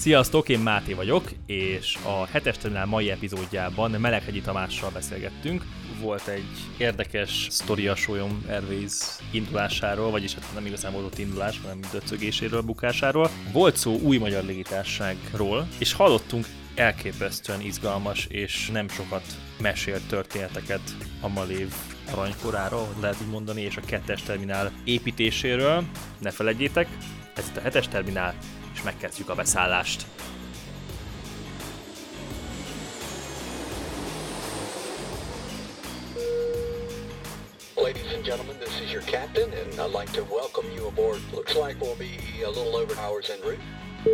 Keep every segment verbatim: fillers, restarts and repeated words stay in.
Sziasztok, én Máté vagyok, és a hetes terminál mai epizódjában Meleghegyi Tamással beszélgettünk. Volt egy érdekes sztori a Sólyom Airways indulásáról, vagyis hát nem igazán volt ott indulás, hanem döcögéséről, bukásáról. Volt szó új magyar légitársaságról, és hallottunk elképesztően izgalmas és nem sokat mesélt történeteket a Malév aranykoráról, hogy lehet így mondani, és a kettes terminál építéséről. Ne feledjétek, ez itt a hetes terminál, és megkezdjük a beszállást. Ladies and gentlemen, this is your captain, and I'd like to welcome you aboard. Looks like we'll be a little over hours en route.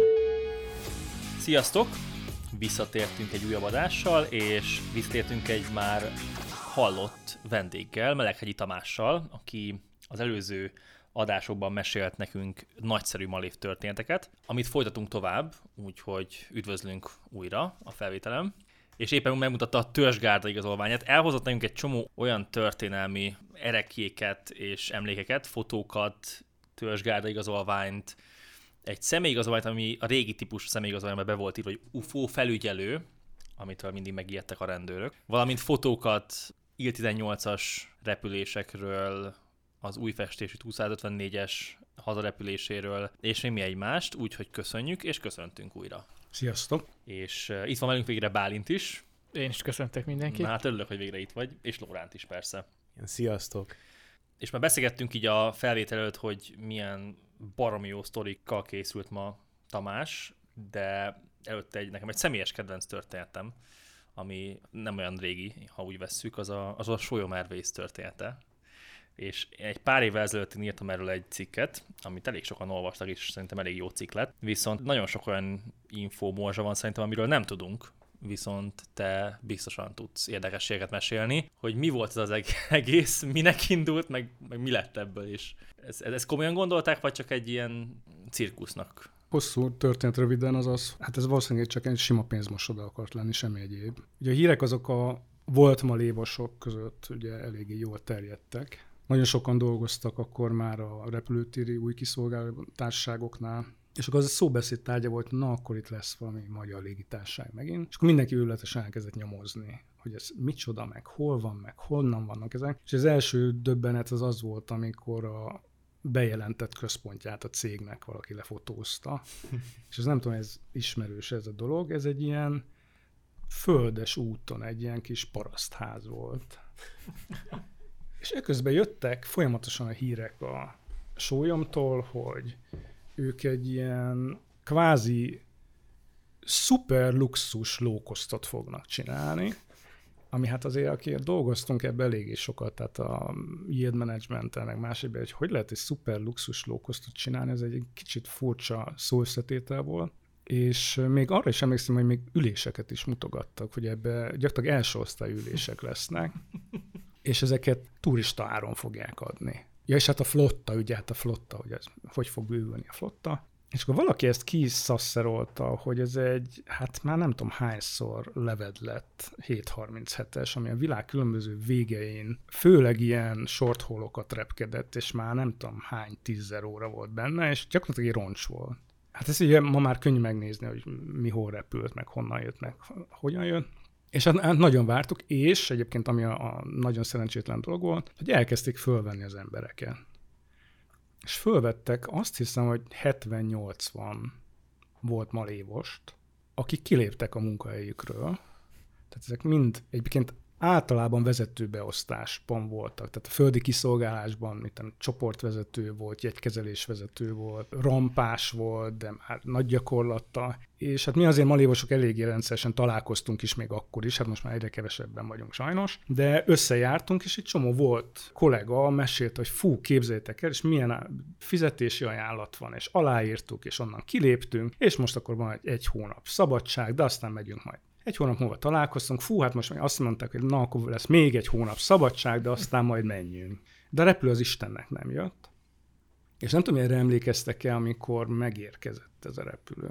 Sziasztok! Visszatértünk egy újabb adással, és visszatértünk egy már hallott vendéggel, Meleghegyi Tamással, aki az előző adásokban mesélt nekünk nagyszerű Malév történeteket, amit folytatunk tovább, úgyhogy üdvözlünk újra a felvételem. És éppen megmutatta a törzsgárda igazolványát. Elhozott nekünk egy csomó olyan történelmi ereklyéket és emlékeket, fotókat, törzsgárda igazolványt, egy személyigazolványt, ami a régi típusú személyigazolványban be volt írva, hogy u f o felügyelő, amitől mindig megijedtek a rendőrök, valamint fotókat I L tizennyolcas repülésekről, az új festésű kétszázötvennégyes hazarepüléséről, és még mi egymást, úgyhogy köszönjük, és köszöntünk újra. Sziasztok! És uh, itt van velünk végre Bálint is. Én is köszöntök mindenkit. Na hát örülök, hogy végre itt vagy, és Lóránt is persze. Sziasztok! És már beszélgettünk így a felvétel előtt, hogy milyen baromi jó sztorikkal készült ma Tamás, de előtte egy, nekem egy személyes kedvenc történetem, ami nem olyan régi, ha úgy vesszük, az a, az a Sólyom Airways története. És egy pár évvel ezelőtt én írtam erről egy cikket, amit elég sokan olvastak, és szerintem elég jó cikk lett. Viszont nagyon sok olyan info morzsa van szerintem, amiről nem tudunk, viszont te biztosan tudsz érdekességeket mesélni, hogy mi volt ez az egész, minek indult, meg, meg mi lett ebből is. Ezt ez komolyan gondolták, vagy csak egy ilyen cirkusznak? Hosszú történet röviden az az, hát ez valószínűleg csak egy sima pénzmosoda akart lenni, semmi egyéb. Ugye a hírek azok a volt malévosok között ugye eléggé jól terjedtek. Nagyon sokan dolgoztak akkor már a repülőtéri új kiszolgáló társaságoknál, és akkor az a szóbeszéd tárgya volt, na akkor itt lesz valami magyar légitársaság megint, és akkor mindenki őrületesen elkezdett nyomozni, hogy ez micsoda, meg hol van, meg honnan vannak ezek. És az első döbbenet az az volt, amikor a bejelentett központját a cégnek valaki lefotózta, és ez nem tudom, ez ismerős ez a dolog, ez egy ilyen földes úton egy ilyen kis parasztház volt. És ekközben jöttek folyamatosan a hírek a Sólyomtól, hogy ők egy ilyen kvázi szuper luxus low-costot fognak csinálni, ami hát azért, akik dolgoztunk ebbe eléggé sokat, tehát a yield managementtel, meg másébben, hogy hogy lehet egy szuper luxus low-costot csinálni, ez egy kicsit furcsa szóösszetétel volt. És még arra is emlékszem, hogy még üléseket is mutogattak, hogy ebbe gyakorlatilag első osztály ülések lesznek, és ezeket turista áron fogják adni. Ja, és hát a flotta, ugye hát a flotta, hogy ez hogy fog bővülni a flotta. És akkor valaki ezt kiszaszerolta, hogy ez egy, hát már nem tudom hányszor levedlett hétszázharminchetes, ami a világ különböző végein főleg ilyen short haul-okat repkedett, és már nem tudom hány tízzer óra volt benne, és gyakorlatilag egy roncs volt. Hát ezt ugye ma már könnyű megnézni, hogy mi hol repült, meg honnan jött, meg hogyan jött. És hát nagyon vártuk, és egyébként ami a, a nagyon szerencsétlen dolog volt, hogy elkezdték fölvenni az embereket. És fölvettek, azt hiszem, hogy hetven-nyolcvan volt malévost, akik kiléptek a munkahelyükről. Tehát ezek mind egyébként általában vezetőbeosztásban voltak. Tehát a földi kiszolgálásban mint a csoportvezető volt, jegykezelésvezető volt, rampás volt, de már nagy gyakorlattal. És hát mi azért malévosok eléggé rendszeresen találkoztunk is még akkor is, hát most már egyre kevesebben vagyunk sajnos, de összejártunk, és egy csomó volt kollega, mesélt, hogy fú, képzeljétek el, és milyen fizetési ajánlat van, és aláírtuk, és onnan kiléptünk, és most akkor van egy, egy hónap szabadság, de aztán megyünk majd. Egy hónap múlva találkoztunk, fú, hát most még azt mondták, hogy na, akkor lesz még egy hónap szabadság, de aztán majd menjünk. De a repülő az Istennek nem jött. És nem tudom, erre emlékeztek-e, amikor megérkezett ez a repülő.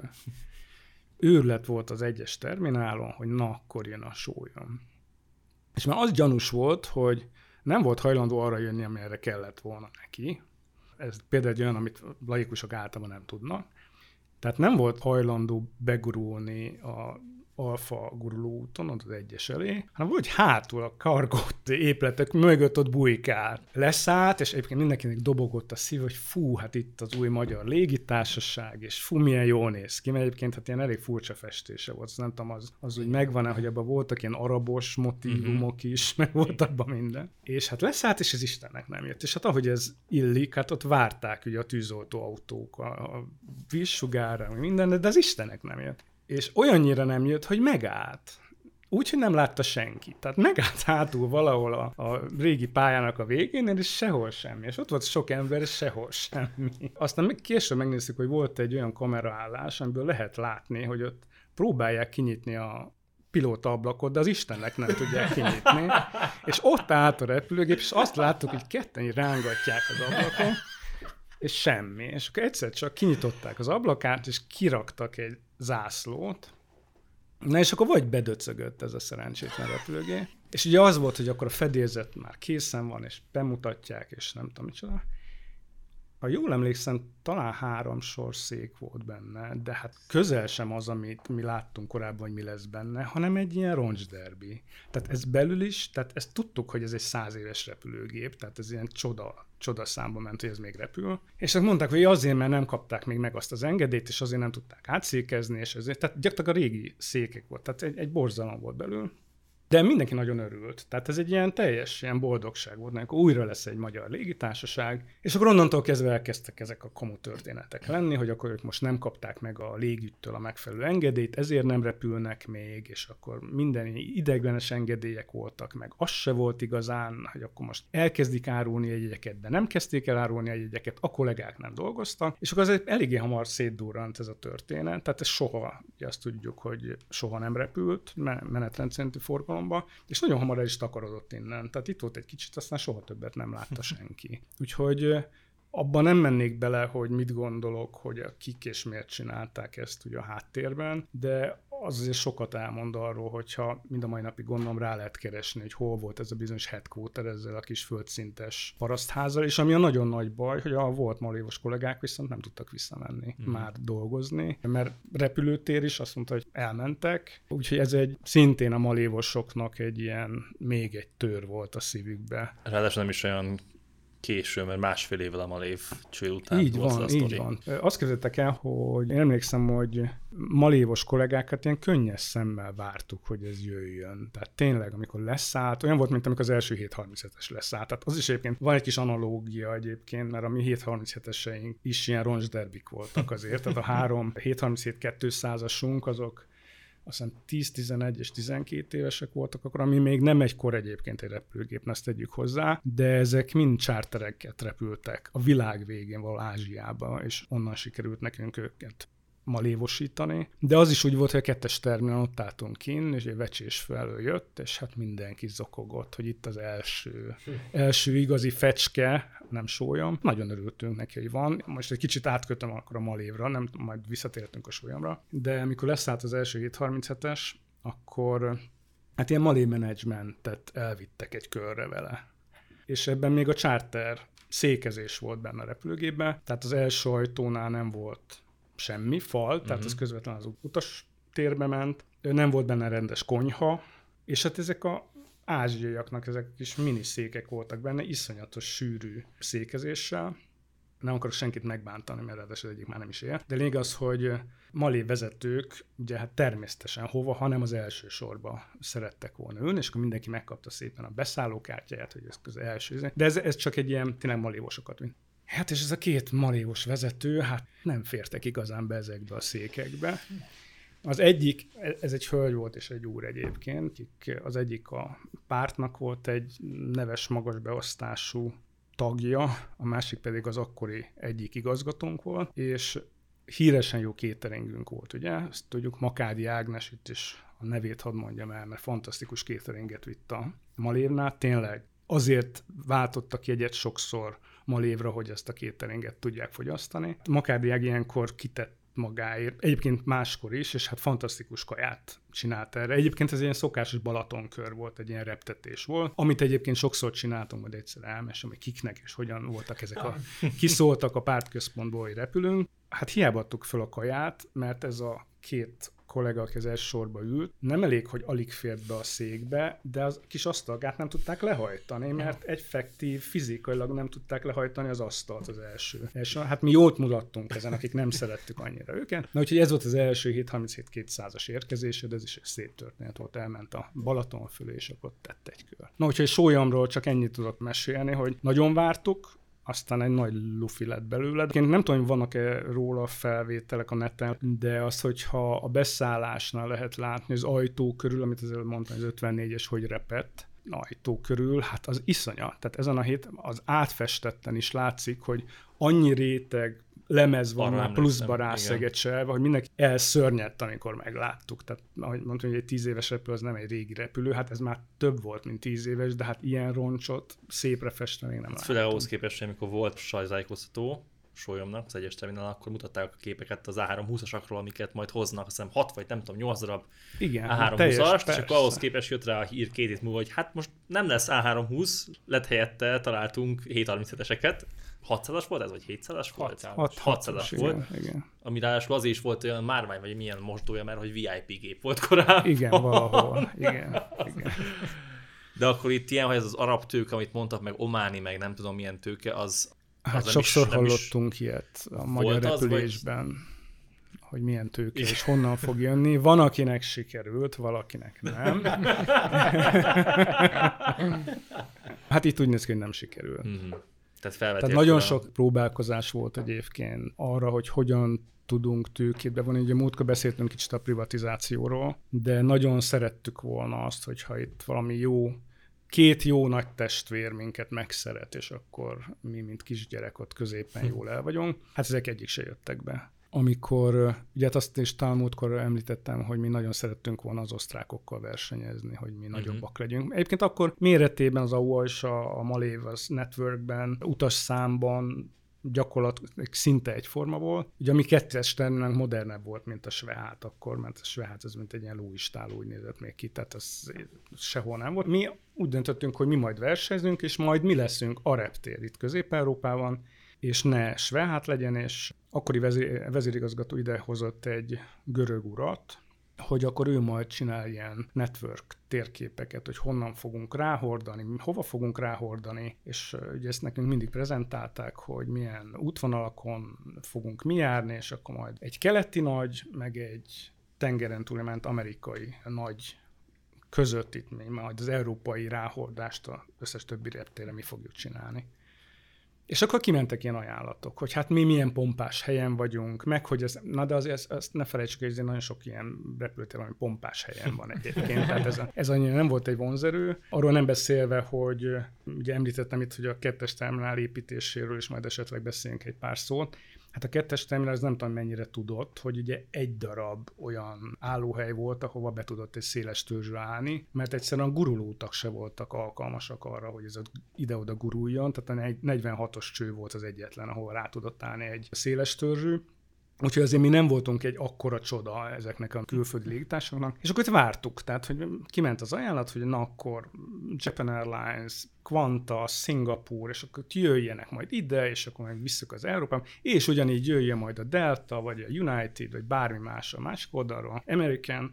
Őrület volt az egyes terminálon, hogy na, akkor jön a Sólyom. És már az gyanús volt, hogy nem volt hajlandó arra jönni, amire kellett volna neki. Ez például egy olyan, amit laikusok általában nem tudnak. Tehát nem volt hajlandó begurulni a alfa guruló úton, ott az egyes elé, hanem hogy hátul a kargott épületek mögött ott bujkált. Leszállt, és egyébként mindenkinek dobogott a szív, hogy fú, hát itt az új magyar légitársaság, és fú, milyen jól néz ki, mert egyébként hát ilyen elég furcsa festése volt, nem tudom, az, az úgy megvan-e, hogy abban voltak ilyen arabos motívumok is, meg volt abban minden. És hát leszállt, és az Istennek nem jött. És hát ahogy ez illik, hát ott várták ugye a tűzoltó autók, a, a vízsugárra, minden, de az Istennek nem jött. És olyannyira nem jött, hogy megállt. Úgy, hogy nem látta senki. Tehát megállt hátul valahol a, a régi pályának a végén, és sehol semmi. És ott volt sok ember, és sehol semmi. Aztán később megnéztük, hogy volt egy olyan kameraállás, amiből lehet látni, hogy ott próbálják kinyitni a pilóta ablakot, de az Istennek nem tudják kinyitni. És ott állt a repülőgép, és azt láttuk, hogy ketten így rángatják az ablakon, és semmi. És akkor egyszer csak kinyitották az ablakát, és kiraktak egy zászlót. Na és akkor vagy bedöcögött ez a szerencsétlen repülőgép. És ugye az volt, hogy akkor a fedélzet már készen van, és bemutatják, és nem tudom micsoda. Ha jól emlékszem, talán három sor szék volt benne, de hát közel sem az, amit mi láttunk korábban, hogy mi lesz benne, hanem egy ilyen roncsderbi. Tehát ez belül is, tehát ezt tudtuk, hogy ez egy száz éves repülőgép, tehát ez ilyen csoda, csoda számba ment, hogy ez még repül. És azt mondták, hogy azért, mert nem kapták még meg azt az engedélyt, és azért nem tudták átszékezni, és ezért, tehát gyakorlatilag a régi székek volt, tehát egy, egy borzalom volt belül. De mindenki nagyon örült. Tehát ez egy ilyen teljes ilyen boldogság volt, amikor újra lesz egy magyar légitársaság, és akkor onnantól kezdve elkezdtek ezek a komu történetek lenni, hogy akkor ők most nem kapták meg a légügytől a megfelelő engedélyt, ezért nem repülnek még, és akkor minden ideiglenes engedélyek voltak, meg az se volt igazán, hogy akkor most elkezdik árulni a jegyeket, de nem kezdték el árulni a jegyeket, a kollégák nem dolgoztak, és akkor az eléggé hamar szétdurrant ez a történet, tehát ez soha, ugye azt tudjuk, hogy soha nem repült, menetrend szerinti forgalom, és nagyon hamar el is takarodott innen. Tehát itt volt egy kicsit, aztán soha többet nem látta senki. Úgyhogy abban nem mennék bele, hogy mit gondolok, hogy a kik és miért csinálták ezt ugye a háttérben, de az azért sokat elmond arról, hogyha mind a mai napig gondolom rá lehet keresni, hogy hol volt ez a bizonyos headquarter ezzel a kis földszintes parasztházzal, és ami a nagyon nagy baj, hogy a volt malévos kollégák viszont nem tudtak visszamenni mm. már dolgozni, mert repülőtér is azt mondta, hogy elmentek, úgyhogy ez egy szintén a malévosoknak egy ilyen, még egy tör volt a szívükbe. Ráadásul nem is olyan késő, mert másfél évvel a Malév cső után így volt van, a így van. Azt képzeljétek el, hogy én emlékszem, hogy malévos kollégákat ilyen könnyes szemmel vártuk, hogy ez jöjjön. Tehát tényleg, amikor leszállt, olyan volt, mint amikor az első hétszázharminchetes leszállt. Tehát az is egyébként van egy kis analógia egyébként, mert a mi hétszázharmincheteseink is ilyen roncsderbik voltak azért. Tehát a három hétszázharminchét kétszázasunk azok azt hiszem tíz, tizenegy és tizenkét évesek voltak akkor, ami még nem egykor egyébként egy repülőgép, ezt tegyük hozzá, de ezek mind chartereket repültek a világ végén való Ázsiába, és onnan sikerült nekünk őket malévosítani. De az is úgy volt, hogy a kettes terminálon ott álltunk kinn, és egy vecsés felől jött, és hát mindenki zokogott, hogy itt az első, első igazi fecske, nem sólyom. Nagyon örültünk neki, hogy van. Most egy kicsit átkötöm akkor a malévra, nem majd visszatértünk a sólyomra. De amikor leszállt az első hétszázharminchetes, akkor hát ilyen malév menedzsmentet elvittek egy körre vele. És ebben még a charter székezés volt benne a repülőgépben, tehát az első ajtónál nem volt semmi fal, tehát uh-huh. az közvetlenül az utas térbe ment, nem volt benne rendes konyha, és hát ezek a ázsiaiaknak ezek kis miniszékek voltak benne, iszonyatos sűrű székezéssel. Nem akarok senkit megbántani, mert ráadásul egyik már nem is él. De lényeg az, hogy malév vezetők ugye hát természetesen hova, hanem az első sorba szerettek volna ülni, és akkor mindenki megkapta szépen a beszállókártyáját, hogy ez az első. De ez, ez csak egy ilyen tényleg malévosokat mint. Hát és ez a két malévos vezető, hát nem fértek igazán be ezekbe a székekbe. Az egyik, ez egy hölgy volt és egy úr egyébként, akik az egyik a pártnak volt egy neves, magas beosztású tagja, a másik pedig az akkori egyik igazgatónk volt, és híresen jó cateringünk volt, ugye? Ezt tudjuk, Makádi Ágnes, itt is a nevét hadd mondjam el, mert fantasztikus cateringet vitt a Malévnál, tényleg azért váltottak jegyet sokszor Malévra, hogy ezt a cateringet tudják fogyasztani. Makádi Ág ilyenkor kitett magáért, egyébként máskor is, és hát fantasztikus kaját csinált erre. Egyébként ez ilyen szokásos Balatonkör volt, egy ilyen reptetés volt, amit egyébként sokszor csináltunk, majd egyszer elmesem, hogy kiknek és hogyan voltak ezek a kiszóltak a pártközpontból, hogy repülünk. hát hiába adtuk föl a kaját, mert ez a két kollega, aki az első sorba ült, nem elég, hogy alig fért be a székbe, de az kis asztalgát nem tudták lehajtani, mert effektív, fizikailag nem tudták lehajtani az asztalt az első. első. Hát mi jót mulattunk ezen, akik nem szerettük annyira őket. Na úgyhogy ez volt az első hét harminchét kétszázas érkezése, de ez is egy szép történet volt. Elment a Balaton fölé, és akkor tett egy kör. Na úgyhogy Sólyomról csak ennyit tudok mesélni, hogy nagyon vártuk, aztán egy nagy lufi lett belőle. Én nem tudom, hogy vannak-e róla felvételek a neten, de az, hogyha a beszállásnál lehet látni az ajtó körül, amit az előbb mondtam, az ötvennégyes, hogy repett ajtó körül, hát az iszonya. Tehát ezen a hét az átfestetten is látszik, hogy annyi réteg lemez van már pluszba rászegetselve, hogy mindenki elszörnyedt, amikor megláttuk. Tehát, ahogy mondtam, hogy egy tíz éves repülő az nem egy régi repülő, hát ez már több volt, mint tíz éves, de hát ilyen roncsot szépre festve még nem láttuk. Főleg ahhoz képest, amikor volt sajtótájékoztató Sólyomnak, az egyes terminál, akkor mutatták a képeket az á háromszázhúszasakról, amiket majd hoznak, azt hiszem hat vagy nem tudom, nyolc darab igen, á háromszázhúszast, és akkor ahhoz képest jött rá a hír két hét múlva, hogy hát most nem lesz á háromszázhúsz, lett helyette találtunk hétszázharmincheteseket. hatszázas volt ez, vagy hétszázas volt? hatszázas volt, igen. Ami ráadásul azért is volt olyan márvány, vagy milyen mosdója, mert hogy vé i pé gép volt korábban. Igen, valahol, igen, igen. De akkor itt ilyen, hogy ez az arab tőke, amit mondtak, meg ománi, meg nem tudom milyen tőke, az... Hát az sokszor is, hallottunk is ilyet a magyar repülésben, vagy... hogy milyen tőke, és honnan fog jönni. Van, akinek sikerült, valakinek nem. Hát itt úgy néz ki, hogy nem sikerül. Mm-hmm. Tehát, Tehát nagyon a... sok próbálkozás volt egyébként arra, hogy hogyan tudunk tőkét bevonni. Ugye múltkor beszéltünk kicsit a privatizációról, de nagyon szerettük volna azt, hogyha itt valami jó, két jó nagy testvér minket megszeret, és akkor mi, mint kisgyerek ott középen jól el vagyunk. Hát ezek egyik se jöttek be. Amikor, ugye hát azt is talán múltkor említettem, hogy mi nagyon szerettünk volna az osztrákokkal versenyezni, hogy mi uh-huh. nagyobbak legyünk. Egyébként akkor méretében az á u á és a, a Malév az networkben, utasszámban gyakorlatilag szinte egyforma volt. Ugye a mi kettes terminálunk modernebb volt, mint a Svehát akkor, mert a Svehát az mint egy ilyen lóistál úgy nézett még ki, tehát az sehol nem volt. Mi úgy döntöttünk, hogy mi majd versenyzünk, és majd mi leszünk a reptér itt Közép-Európában, és ne Svehát legyen, és akkori vezér, vezérigazgató idehozott egy görög urat, hogy akkor ő majd csinál ilyen network térképeket, hogy honnan fogunk ráhordani, hova fogunk ráhordani, és ugye ezt nekünk mindig prezentálták, hogy milyen útvonalakon fogunk mi járni, és akkor majd egy keleti nagy, meg egy tengeren túlment amerikai nagy között itt mi majd az európai ráhordást az összes többi reptére mi fogjuk csinálni. És akkor kimentek ilyen ajánlatok, hogy hát mi milyen pompás helyen vagyunk, meg hogy ez, na de azért ezt, ezt ne felejtsük, hogy nagyon sok ilyen repülőtér, ami pompás helyen van egyébként, tehát ez, a, ez annyira nem volt egy vonzerő. Arról nem beszélve, hogy ugye említettem itt, hogy a kettes terminál építéséről is majd esetleg beszéljünk egy pár szót. Hát a kettes terminál az nem tudom mennyire tudott, hogy ugye egy darab olyan állóhely volt, ahova be tudott egy széles törzsre állni, mert egyszerűen a gurulóutak se voltak alkalmasak arra, hogy ez ide-oda guruljon, tehát a negyvenhatos cső volt az egyetlen, ahol rá tudott állni egy széles törzsű. Úgyhogy azért mi nem voltunk egy akkora csoda ezeknek a külföldi légitársaságnak. És akkor itt vártuk, tehát hogy kiment az ajánlat, hogy na akkor Japan Airlines, Qantas, Szingapúr, és akkor jöjjenek majd ide, és akkor meg visszük az Európában, és ugyanígy jöjjön majd a Delta, vagy a United, vagy bármi más a másik oldalról. American,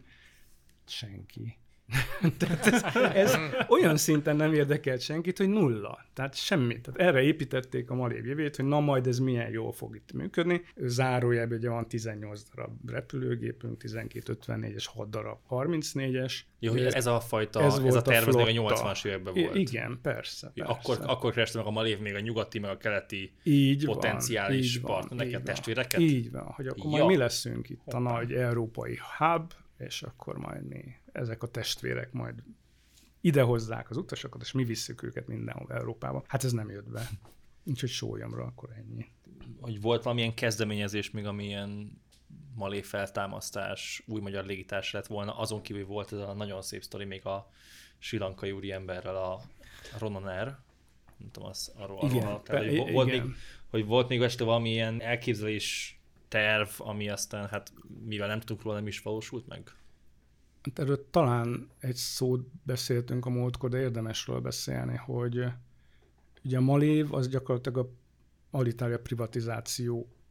senki. Tehát ez, ez olyan szinten nem érdekelt senkit, hogy nulla. Tehát semmi. Tehát erre építették a Malév jövőjét, hogy na majd ez milyen jól fog itt működni. Zárójelben ugye van tizennyolc darab repülőgépünk, tizenkét ötvennégyes, hat darab harmincnégyes. Jó, hogy ez a fajta, ez, ez a terv a nyolcvanas években volt. Igen, persze. persze. Akkor, akkor kereste meg a Malév még a nyugati, meg a keleti így potenciális partnereket, testvéreket? Így van, hogy akkor ja. majd mi leszünk itt Hoppá. a nagy európai hub, és akkor majd mi, ezek a testvérek majd idehozzák az utasokat, és mi visszük őket mindenhol Európába. Hát ez nem jött be. Úgyhogy Sólyomra akkor ennyi. Hogy volt valamilyen kezdeményezés még, amilyen Malév feltámasztás, új magyar légitársa lett volna, azon kívül volt ez a nagyon szép sztori még a sri lankai úriemberrel, a Ronan Air. Nem tudom, az arról, igen, arról tehát, hogy, igen. Volt még, hogy volt még este valamilyen elképzelés, terv, ami aztán, hát mivel nem tudunk róla, nem is valósult meg? Hát erről talán egy szót beszéltünk a múltkor, de érdemes róla beszélni, hogy ugye a Malév az gyakorlatilag a Alitalia privatizáció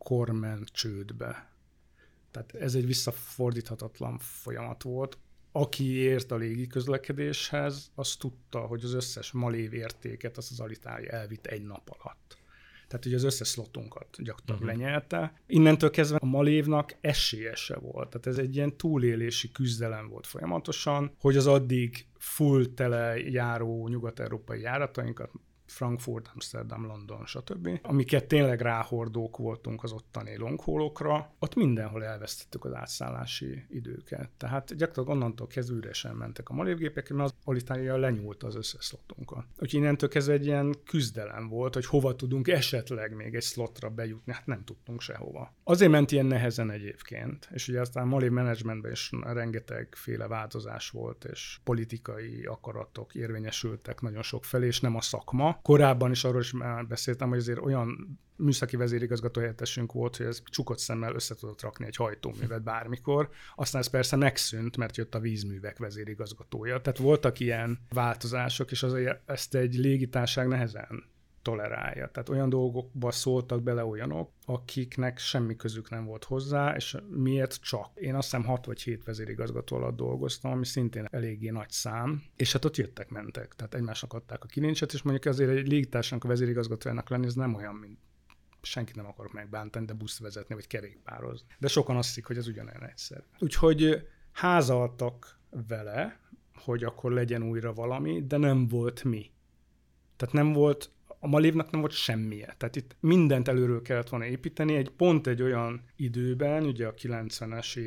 akkor ment csődbe. Tehát ez egy visszafordíthatatlan folyamat volt. Aki ért a légiközlekedéshez, az tudta, hogy az összes malév értéket az az Alitalia elvitt egy nap alatt. Tehát ugye az összes szlotunkat gyakorlatilag uh-huh. lenyelte. Innentől kezdve a malévnak esélye se volt. Tehát ez egy ilyen túlélési küzdelem volt folyamatosan, hogy az addig full tele járó nyugat-európai járatainkat, Frankfurt, Amsterdam, London, stb. Amiket tényleg ráhordók voltunk az ottani long-haulokra, ott mindenhol elvesztettük az átszállási időket. Tehát gyakorlatilag onnantól kezdve üresen mentek a malévgépek, mert az Alitalia lenyúlta az összes szlotunkat. Úgyhogy innentől kezdve egy ilyen küzdelem volt, hogy hova tudunk esetleg még egy szlotra bejutni, hát nem tudtunk sehova. Azért ment ilyen nehezen egyébként, és ugye aztán a malév menedzsmentben is rengetegféle változás volt, és politikai akaratok érvényesültek nagyon sok felé, és nem a szakma. Korábban is arról is már beszéltem, hogy azért olyan műszaki vezérigazgató helyettesünk volt, hogy ez csukott szemmel össze tudott rakni egy hajtóművet bármikor. Aztán ez persze megszűnt, mert jött a vízművek vezérigazgatója. Tehát voltak ilyen változások, és azért ezt egy légitársaság nehezen tolerálja. Tehát olyan dolgokba szóltak bele olyanok, akiknek semmi közük nem volt hozzá, és miért csak? Én azt hiszem hat vagy hét vezérigazgató alatt dolgoztam, ami szintén eléggé nagy szám, és hát ott jöttek-mentek. Tehát egymásnak adták a kilincset, és mondjuk azért egy légitársaságnak a vezérigazgatójának lenni, ez nem olyan, mint senkit nem akarok megbántani, de buszt vezetni, vagy kerékpározni. De sokan azt hiszik, hogy ez ugyanolyan egyszerű. Úgyhogy házaltak vele, hogy akkor legyen újra valami, de nem volt mi. Tehát nem volt a malévnak nem volt semmije. Tehát itt mindent előről kellett volna építeni, egy pont egy olyan időben, ugye a kilencvenes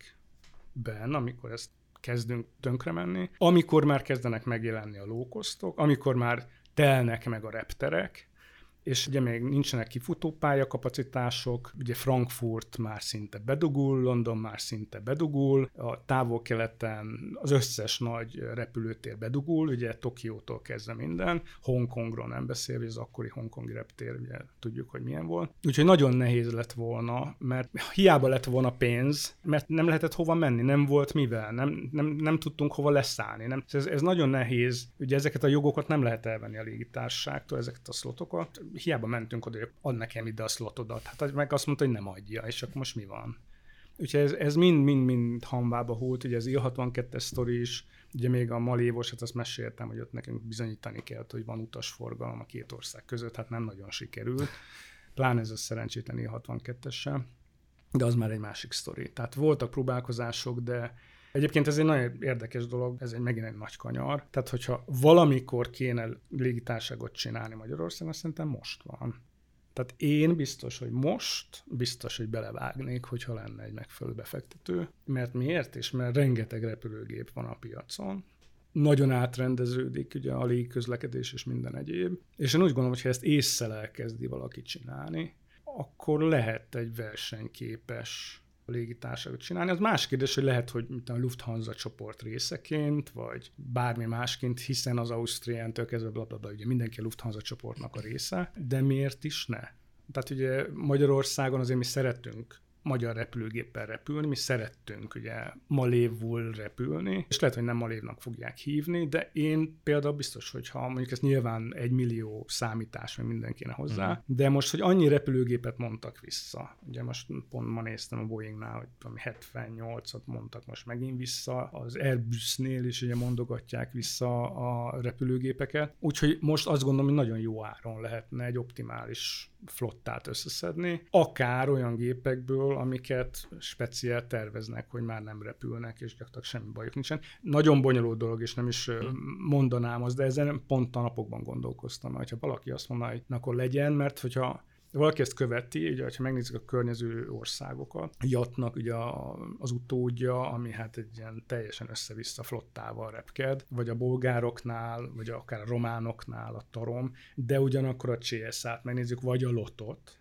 években, amikor ezt kezdünk tönkre menni, amikor már kezdenek megjelenni a low-costok, amikor már telnek meg a repterek, és ugye még nincsenek kifutó pályakapacitások, ugye Frankfurt már szinte bedugul, London már szinte bedugul, a távol-keleten az összes nagy repülőtér bedugul, ugye Tokiótól kezdve minden, Hongkongról nem beszél, hogy az akkori hongkongi reptér, ugye tudjuk, hogy milyen volt. Úgyhogy nagyon nehéz lett volna, mert hiába lett volna pénz, mert nem lehetett hova menni, nem volt mivel, nem, nem, nem tudtunk hova leszállni. Nem. Ez, ez nagyon nehéz, ugye ezeket a jogokat nem lehet elvenni a légitársaságtól, ezeket a szlotokat. Hiába mentünk oda, hogy ad nekem ide a szlotodat. Hát meg azt mondta, hogy nem adja, és akkor most mi van? Úgyhogy ez, ez mind-mind-mind hanvába hult, ugye az I hatvankettes sztori is, ugye még a malévos, hát azt meséltem, hogy ott nekünk bizonyítani kell, hogy van utasforgalom a két ország között, hát nem nagyon sikerült, pláne ez a szerencsétlen I hatvankettessel, de az már egy másik sztori. Tehát voltak próbálkozások, de egyébként ez egy nagyon érdekes dolog, ez egy megint egy nagy kanyar. Tehát, hogyha valamikor kéne légitársaságot csinálni Magyarországon, szerintem most van. Tehát én biztos, hogy most biztos, hogy belevágnék, hogyha lenne egy megfelelő befektető. Mert miért is? Mert rengeteg repülőgép van a piacon. Nagyon átrendeződik ugye a légiközlekedés és minden egyéb. És én úgy gondolom, hogy ha ezt ésszel elkezdi valaki csinálni, akkor lehet egy versenyképes légitársaságot csinálni. Az más kérdés, hogy lehet, hogy mint a Lufthansa csoport részeként, vagy bármi másként, hiszen az Ausztriántől kezdve blablabla, ugye mindenki a Lufthansa csoportnak a része, de miért is ne? Tehát ugye Magyarországon azért mi szeretünk magyar repülőgéppel repülni, mi szerettünk ugye malévul repülni, és lehet, hogy nem malévnak fogják hívni, de én például biztos, hogy ha mondjuk ez nyilván egy millió számítás, meg mindenkinek hozzá, mm. de most, hogy annyi repülőgépet mondtak vissza, ugye most pont ma néztem a Boeingnál, hogy valami hetvennyolcat mondtak most megint vissza, az Airbusnél is ugye mondogatják vissza a repülőgépeket, úgyhogy most azt gondolom, hogy nagyon jó áron lehetne egy optimális flottát összeszedni, akár olyan gépekből, amiket speciál terveznek, hogy már nem repülnek, és gyakorlatilag semmi bajuk nincsen. Nagyon bonyolult dolog, és nem is mondanám azt, de ezen pont a napokban gondolkoztam, hogyha valaki azt mondja, hogy na, akkor legyen, mert hogyha valaki ezt követi, ugye, ha megnézzük a környező országokat, Jatnak ugye az utódja, ami hát egy ilyen teljesen össze-vissza flottával repked, vagy a bolgároknál, vagy akár a románoknál a Tarom, de ugyanakkor a cé es á-t megnézzük, vagy a Lotot.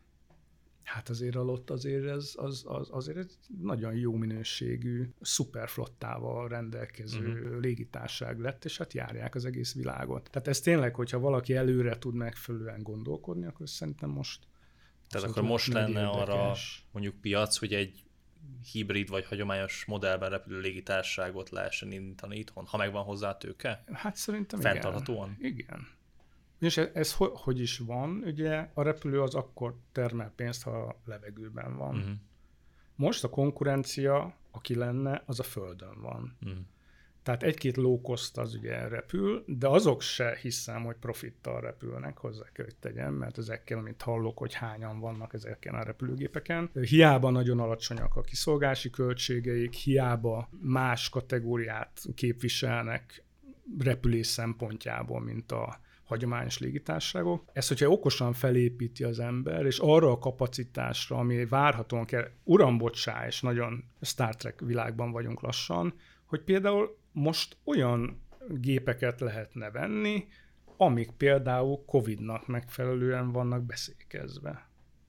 Hát azért a Lot azért ez, az, az, azért egy nagyon jó minőségű, szuperflottával rendelkező uh-huh. légitársaság lett, és hát járják az egész világot. Tehát ez tényleg, hogyha valaki előre tud megfelelően gondolkodni, akkor szerintem most Tehát akkor most lenne érdekes. Arra mondjuk piac, hogy egy hibrid vagy hagyományos modellben repülő légitársaságot lehessen indítani itthon, ha megvan hozzá a tőke? Hát szerintem fenntarthatóan? Igen. igen. És ez, ez hogy, hogy is van? Ugye a repülő az akkor termel pénzt, ha a levegőben van. Uh-huh. Most a konkurencia, aki lenne, az a földön van. Uh-huh. Tehát egy-két low cost az ugye repül, de azok se hiszem, hogy profittal repülnek, hozzá kell, hogy tegyem, mert ezekkel, amit hallok, hogy hányan vannak ezeken a repülőgépeken. Hiába nagyon alacsonyak a kiszolgási költségeik, hiába más kategóriát képviselnek repülés szempontjából, mint a hagyományos légitársaságok. Ezt, hogyha okosan felépíti az ember, és arra a kapacitásra, ami várhatóan kell, uram, bocsá, és nagyon Star Trek világban vagyunk lassan, hogy például most olyan gépeket lehetne venni, amik például Covidnak megfelelően vannak beszékezve.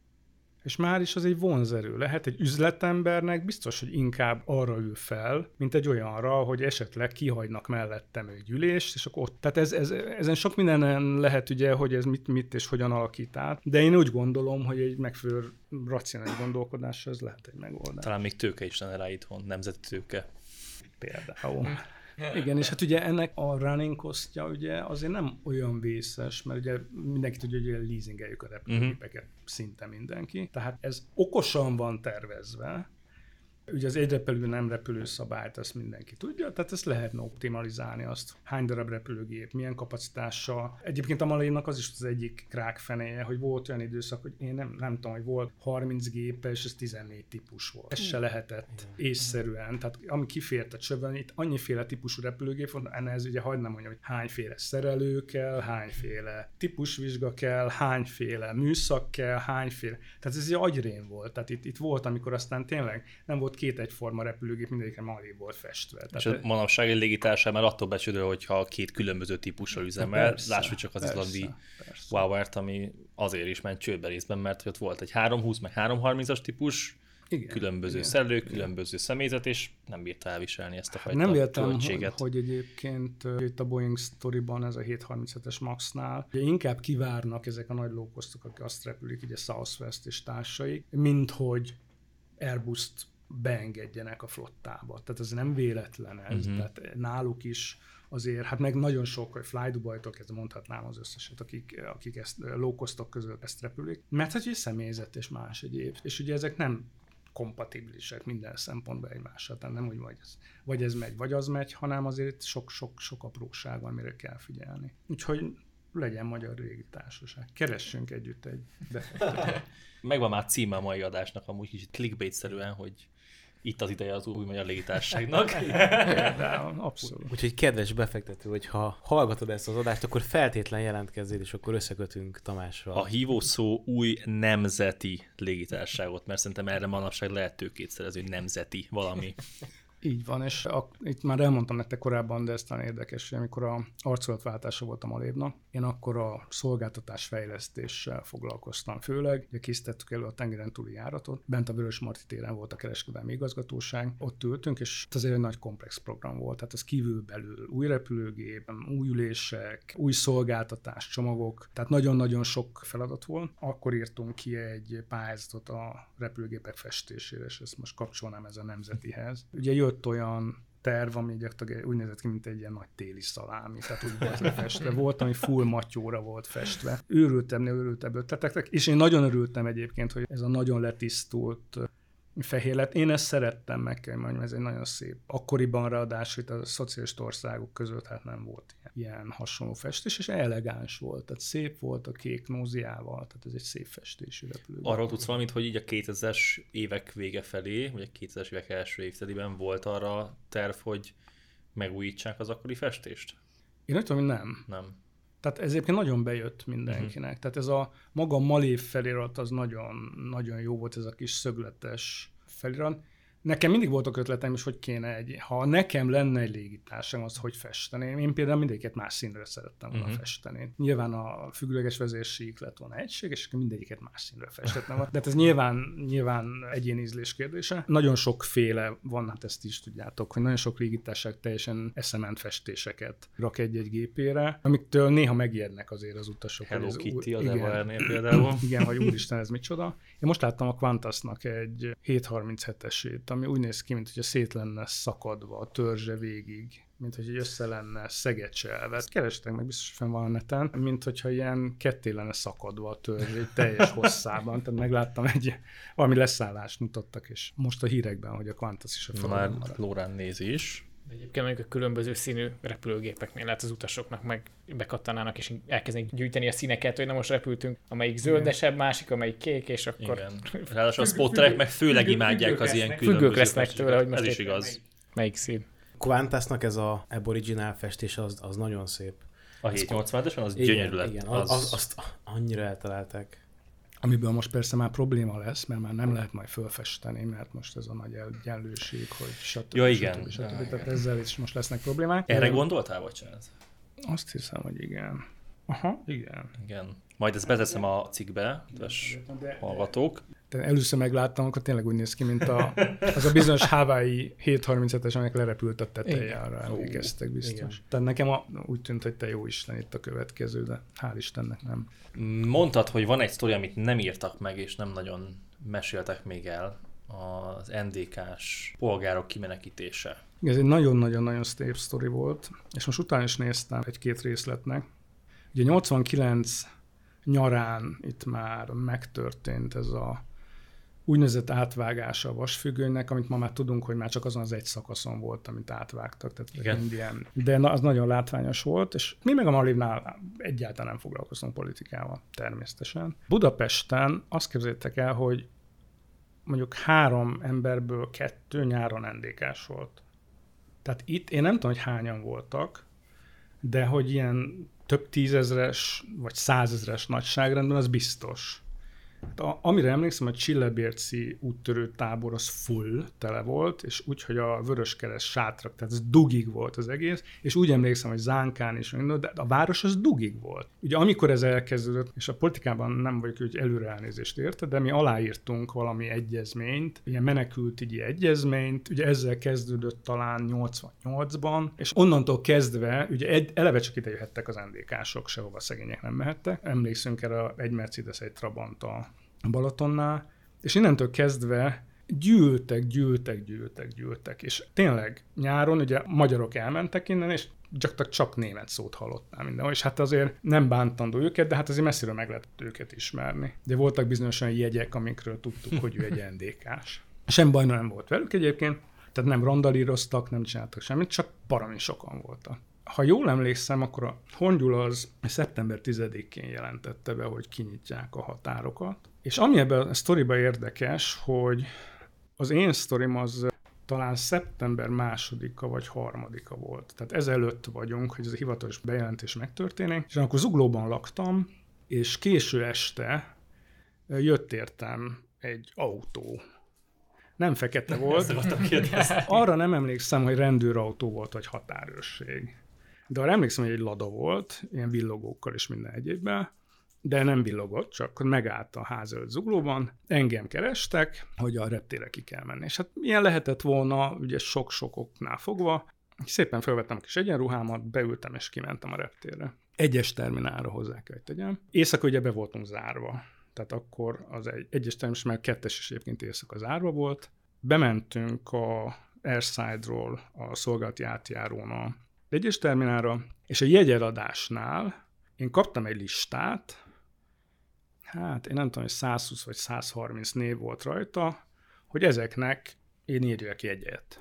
És már is az egy vonzerő lehet, egy üzletembernek biztos, hogy inkább arra ül fel, mint egy olyanra, hogy esetleg kihagynak mellettem egy ülést, és akkor ott. Tehát ez, ez, ezen sok mindenen lehet ugye, hogy ez mit, mit és hogyan alakít át, de én úgy gondolom, hogy egy megfelelő racionális gondolkodásra ez lehet egy megoldás. Talán még tőke is lenne rá itthon, nemzeti tőke. Például. Igen, és hát ugye ennek a running cost-ja ugye azért nem olyan vészes, mert ugye mindenki tudja, hogy ugye leasingeljük a repülőgépeket uh-huh. szinte mindenki. Tehát ez okosan van tervezve. Ugye az egy repülő nem repülő szabályt, azt mindenki tudja, tehát ezt lehetne optimalizálni azt. Hány darab repülőgép, milyen kapacitással. Egyébként a Malévnak az is az egyik krákfenéje, hogy volt olyan időszak, hogy én nem, nem tudom, hogy volt harminc gépe, és ez tizennégy típus volt. Ez se lehetett észszerűen, tehát ami kifért a csövön, itt annyiféle típusú repülőgép volt, ennek ez ugye hagyd nem mondjam, hogy hányféle szerelő kell, hányféle típusvizsga kell, hányféle műszak kell, hányféle. Tehát ez egy agyrém volt. Tehát itt, itt volt, amikor aztán tényleg nem volt két egyforma repülőgép, mindegyikre Malév volt festve. És a manapság egy légitársaság már attól becsődöl, hogyha két különböző típussal üzemel, persze, lássuk csak az persze, izlandi Wow-ert, ami azért is ment csődbe részben, mert ott volt egy háromszázhúsz meg háromszázharmincas típus, igen, különböző igen, szerelők, igen. különböző személyzet, és nem bírta elviselni ezt a fajta nem értem, költséget. Hogy, hogy egyébként itt a Boeing sztoriban, ez a hétszázharminchetes Max-nál, ugye inkább kivárnak ezek a nagy low-costok, akik azt repülik, ugye Southwest és társai, mint hogy Airbus-t beengedjenek a flottába. Tehát ez nem véletlen ez, uh-huh. tehát náluk is azért, hát meg nagyon sok, hogy Fly Dubai-tól kezdve mondhatnám az összeset, akik, akik ezt low-costok között ezt repülik, mert hogy személyzet és más egyéb. És ugye ezek nem kompatibilisek minden szempontból egymással, tehát nem úgy, vagy ez, vagy ez megy, vagy az megy, hanem azért sok-sok apróság van, amire kell figyelni. Úgyhogy legyen magyar légitársaság. Keressünk együtt egy befektetőt. Megvan már címe a mai adásnak, amúgy kicsit clickbait-szerűen, hogy itt az ideje az új magyar légitársaságnak. Abszolút. Úgyhogy kedves befektető, hogyha hallgatod ezt az adást, akkor feltétlen jelentkezzél, és akkor összekötünk Tamással. A hívószó új nemzeti légitársaságot, mert szerintem erre manapság lehet tőkét szerezni, hogy nemzeti valami. Így van, és a, itt már elmondtam nektek korábban, de ez talán érdekes, hogy amikor a arculatváltása volt a Malévnak, én akkor a szolgáltatás fejlesztéssel foglalkoztam főleg, ugye készítettük elő a tengeren túli járatot, bent a Vörösmarty téren volt a kereskedelmi igazgatóság, ott ültünk, és ez egy nagy komplex program volt, tehát ez kívülbelül új repülőgép, új ülések, új szolgáltatás, csomagok, tehát nagyon-nagyon sok feladat volt. Akkor írtunk ki egy pályázatot a repülőgépek festésére, és ezt most kapcsolnám ez a nemzetihez. Ugye jött olyan terv, ami gyakorlatilag úgy nézett ki, mint egy ilyen nagy téli szalámi, tehát úgy volt lefestve. Volt, ami full matyóra volt festve. Őrültemnél őrültebből tettek, és én nagyon örültem egyébként, hogy ez a nagyon letisztult fehér lett. Én ezt szerettem, meg kell mondjam, ez egy nagyon szép. Akkoriban ráadásul itt a szocialista országok között hát nem volt ilyen, ilyen hasonló festés, és elegáns volt, tehát szép volt a kék nóziával, tehát ez egy szép festésű repülőgép. Arról tudsz valamit, hogy így a kétezres évek vége felé, vagy a kétezres évek első évtizedében volt arra terv, hogy megújítsák az akkori festést? Én úgy tudom, hogy nem. Nem. Tehát ez egyébként nagyon bejött mindenkinek. Uh-huh. Tehát ez a maga Malév felirat az nagyon, nagyon jó volt, ez a kis szögletes felirat. Nekem mindig voltak ötletem is, hogy kéne egy, ha nekem lenne egy légitársaságom, az hogy festeném. Én például mindegyiket más színre szerettem volna uh-huh. festeni. Nyilván a függőleges vezérsík lett volna egységes, és mindegyiket más színre festettem volna. De hát ez nyilván, nyilván egyéni ízlés kérdése. Nagyon sokféle van, hát ezt is tudjátok, hogy nagyon sok légitársaság teljesen eszement festéseket rak egy-egy gépére, amiktől néha megijednek azért az utasok. Hello az Kitty az E V R-nél például. Igen, hogy úristen, ez micsoda. Én most láttam a Qantasnak egy hétszázharminchetesét, ami úgy néz ki, mint hogyha szét lenne szakadva a törzse végig. mint hogy össze lenne szegecselve. Ezt kerestek meg, biztos fenn van a neten, mint hogyha ilyen ketté lenne szakadva a törzs, egy teljes hosszában. Tehát megláttam egy valami leszállást mutattak, és most a hírekben, hogy a Qantas is a Már falon marad. Lórán nézi is. De egyébként mondjuk a különböző színű repülőgépeknél lehet az utasoknak meg bekattanának, és elkezdenek gyűjteni a színeket, hogy na most repültünk, amelyik zöldesebb, másik, amelyik kék, és akkor... Igen. Ráadásul a spotterek meg főleg imádják az ilyen különböző Függők lesznek tőle, hogy most ez is éppen igaz. Melyik, melyik szín. Qantasnak ez a aboriginál festés az, az nagyon szép. A hétszáznyolcvanösen az Igen, gyönyörű lett. igen, az... az, azt annyira eltalálták. Amiből most persze már probléma lesz, mert már nem lehet majd fölfesteni, mert most ez a nagy egyenlőség, hogy stb. Ja, igen. stb. stb. stb. Tehát ezzel is most lesznek problémák. Erre gondoltál, bocsánat? Azt hiszem, hogy igen. Aha, igen. Igen. Majd ezt beteszem a cikkbe, kedves hallgatók. De először megláttam, akkor tényleg úgy néz ki, mint a, az a bizonyos Hawaii hétszázharminchetes, amelyek lerepült a teteje, arra emlékeztek biztos. Igen. Tehát nekem a, úgy tűnt, hogy te jó Isten itt a következő, de hál' Istennek nem. Mondtad, hogy van egy sztori, amit nem írtak meg, és nem nagyon meséltek még el, az en dé ká-s polgárok kimenekítése. Ez egy nagyon-nagyon-nagyon szép sztori volt, és most utána is néztem egy-két részletnek. Ugye nyolcvankilenc nyarán itt már megtörtént ez a úgynevezett átvágása a vasfüggönynek, amit ma már tudunk, hogy már csak azon az egy szakaszon volt, amit átvágtak. Tehát Indián. De az nagyon látványos volt, és mi meg a Malivnál egyáltalán nem foglalkoztunk politikával, természetesen. Budapesten azt képzeljétek el, hogy mondjuk három emberből kettő nyáron en dé ká-s volt. Tehát itt én nem tudom, hogy hányan voltak, de hogy ilyen több tízezres vagy százezres nagyságrendben, az biztos. Hát a, amire emlékszem, a Csillebérci úttörő tábor az full tele volt, és úgy, hogy a Vöröskereszt sátrak, tehát ez dugig volt az egész, és úgy emlékszem, hogy Zánkán is, de a város az dugig volt. Ugye amikor ez elkezdődött, és a politikában nem vagyok, hogy előre elnézést érte, de mi aláírtunk valami egyezményt, ilyen menekültügyi egyezményt, ugye ezzel kezdődött talán nyolcvannyolcban, és onnantól kezdve, ugye egy, eleve csak ide jöhettek az en dé ká-sok, sehova szegények nem mehettek. Emlékszünk erre egy Mercedes, egy Trabant a Balatonnál, és innentől kezdve gyűltek, gyűltek, gyűltek, gyűltek, és tényleg nyáron ugye magyarok elmentek innen, és csak, csak német szót hallottál mindenhol, és hát azért nem bántandó őket, de hát azért messziről meg lehetett őket ismerni. De voltak bizonyos olyan jegyek, amikről tudtuk, hogy ő egy en dé ká-s. Sem baj nem volt velük egyébként, tehát nem randalíroztak, nem csináltak semmit, csak baromi sokan voltak. Ha jól emlékszem, akkor a Hongyula az szeptember tizedikén jelentette be, hogy kinyitják a határokat. És ami ebben a sztoriban érdekes, hogy az én sztorim az talán szeptember másodika vagy harmadika volt. Tehát ezelőtt vagyunk, hogy ez a hivatalos bejelentés megtörténik. És akkor Zuglóban laktam, és késő este jött értem egy autó. Nem fekete volt. Arra nem emlékszem, hogy rendőrautó volt, vagy határőrség. De arra emlékszem, hogy egy Lada volt, ilyen villogókkal és minden egyébben, de nem villogott, csak megállt a ház előtt Zuglóban. Engem kerestek, hogy a reptére ki kell menni. És hát milyen lehetett volna, ugye sok-sok oknál fogva. Szépen felvettem a kis egyenruhámat, beültem és kimentem a reptérre. Egyes terminálra hozzá kell, hogy tegyem. Éjszaka ugye be voltunk zárva. Tehát akkor az egy, egyes terminál, mert kettes is egyébként éjszaka zárva volt. Bementünk a Airside-ról a szolgálati átjárón a egyes terminálra, és a jegyeladásnál én kaptam egy listát, hát én nem tudom, hogy százhúsz vagy százharminc név volt rajta, hogy ezeknek én írjak jegyet.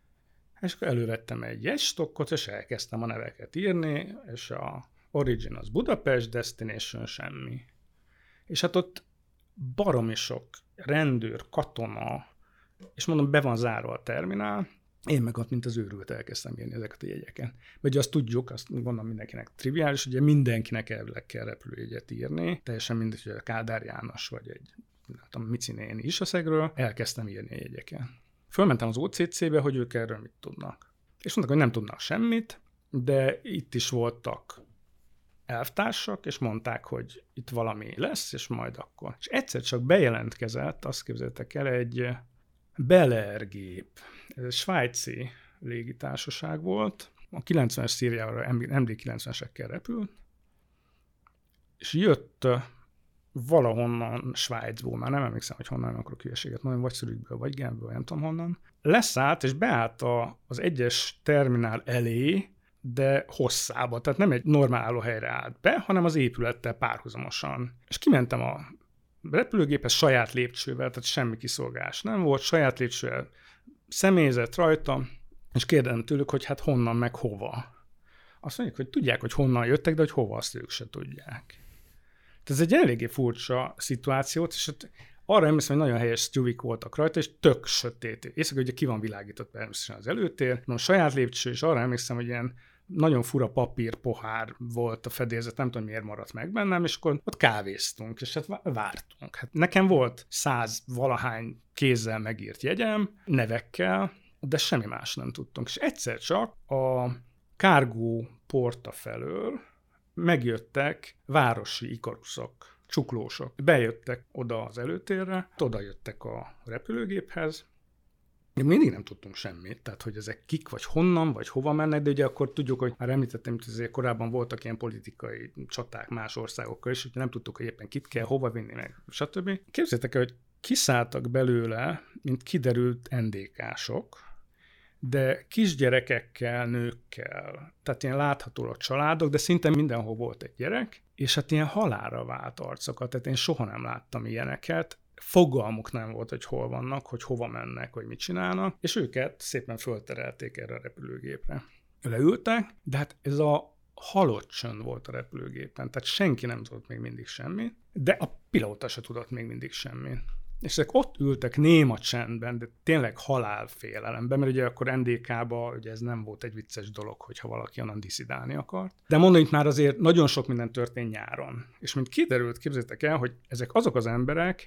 És akkor elővettem egy jegystokkot, és elkezdtem a neveket írni, és a Origin az Budapest, Destination semmi. És hát ott baromi sok rendőr, katona, és mondom, be van zárva a terminál, én meg ott, mint az őrült elkezdtem írni ezeket a jegyeken. Mert ugye azt tudjuk, azt gondolom mindenkinek triviális, ugye mindenkinek elvileg kell repülőjegyet írni, teljesen mindegy, hogy a Kádár János vagy egy, nem tudom, Mici néni is a szegről, elkezdtem írni a jegyeken. Fölmentem az o cé cé-be, hogy ők erről mit tudnak. És mondták, hogy nem tudnak semmit, de itt is voltak elvtársak, és mondták, hogy itt valami lesz, és majd akkor. És egyszer csak bejelentkezett, azt képzeljétek el, egy Bel Air gép. Ez egy svájci légitársaság volt. A kilencvenes szériára em dé kilencvenesekkel repült. És jött valahonnan Svájcból, már nem emlékszem, hogy honnan akarok hülyeséget mondani, vagy Zürichből, vagy Genfből, nem tudom honnan, leszállt és beállt a, az egyes terminál elé, de hosszába, tehát nem egy normál állóhelyre állt be, hanem az épülettel párhuzamosan. És kimentem a repülőgéphez saját lépcsővel, tehát semmi kiszolgálás nem volt, saját lépcsővel személyzet rajta, és kérdezem tőlük, hogy hát honnan meg hova. Azt mondjuk, hogy tudják, hogy honnan jöttek, de hogy hova, azt ők se tudják. Tehát ez egy eléggé furcsa szituációt, és arra emlékszem, hogy nagyon helyes sztjuvik voltak rajta, és tök sötét. Éjszaka ugye ki van világított természetesen az előtér, a saját lépcső, és arra emlékszem, hogy ilyen nagyon fura papír pohár volt a fedélzet, nem tudom, miért maradt meg bennem, és akkor ott kávéztunk, és hát vártunk. Hát nekem volt száz valahány kézzel megírt jegyem, nevekkel, de semmi más nem tudtunk. És egyszer csak a Kárgó porta felől megjöttek városi ikaruszok, csuklósok. Bejöttek oda az előtérre, oda jöttek a repülőgéphez, de mindig nem tudtunk semmit, tehát hogy ezek kik, vagy honnan, vagy hova mennek, de ugye akkor tudjuk, hogy már említettem, hogy azért korábban voltak ilyen politikai csaták más országokkal is, hogy nem tudtuk, hogy éppen kit kell, hova vinni meg, stb. Képzeljétek el, hogy kiszálltak belőle, mint kiderült en dé ká-sok, de kisgyerekekkel, nőkkel, tehát ilyen láthatólag családok, de szinte mindenhol volt egy gyerek, és hát ilyen halálra vált arcokat, tehát én soha nem láttam ilyeneket, fogalmuk nem volt, hogy hol vannak, hogy hova mennek, hogy mit csinálnak, és őket szépen fölterelték erre a repülőgépre. Leültek, de hát ez a halott csönd volt a repülőgépen, tehát senki nem tudott még mindig semmit, de a pilóta se tudott még mindig semmit. És ezek ott ültek néma csendben, de tényleg halálfélelemben, mert ugye akkor en dé ká-ba ugye ez nem volt egy vicces dolog, hogyha valaki onnan diszidálni akart. De mondom, itt már azért nagyon sok minden történt nyáron. És mint kiderült, képzeljétek el, hogy ezek azok az emberek,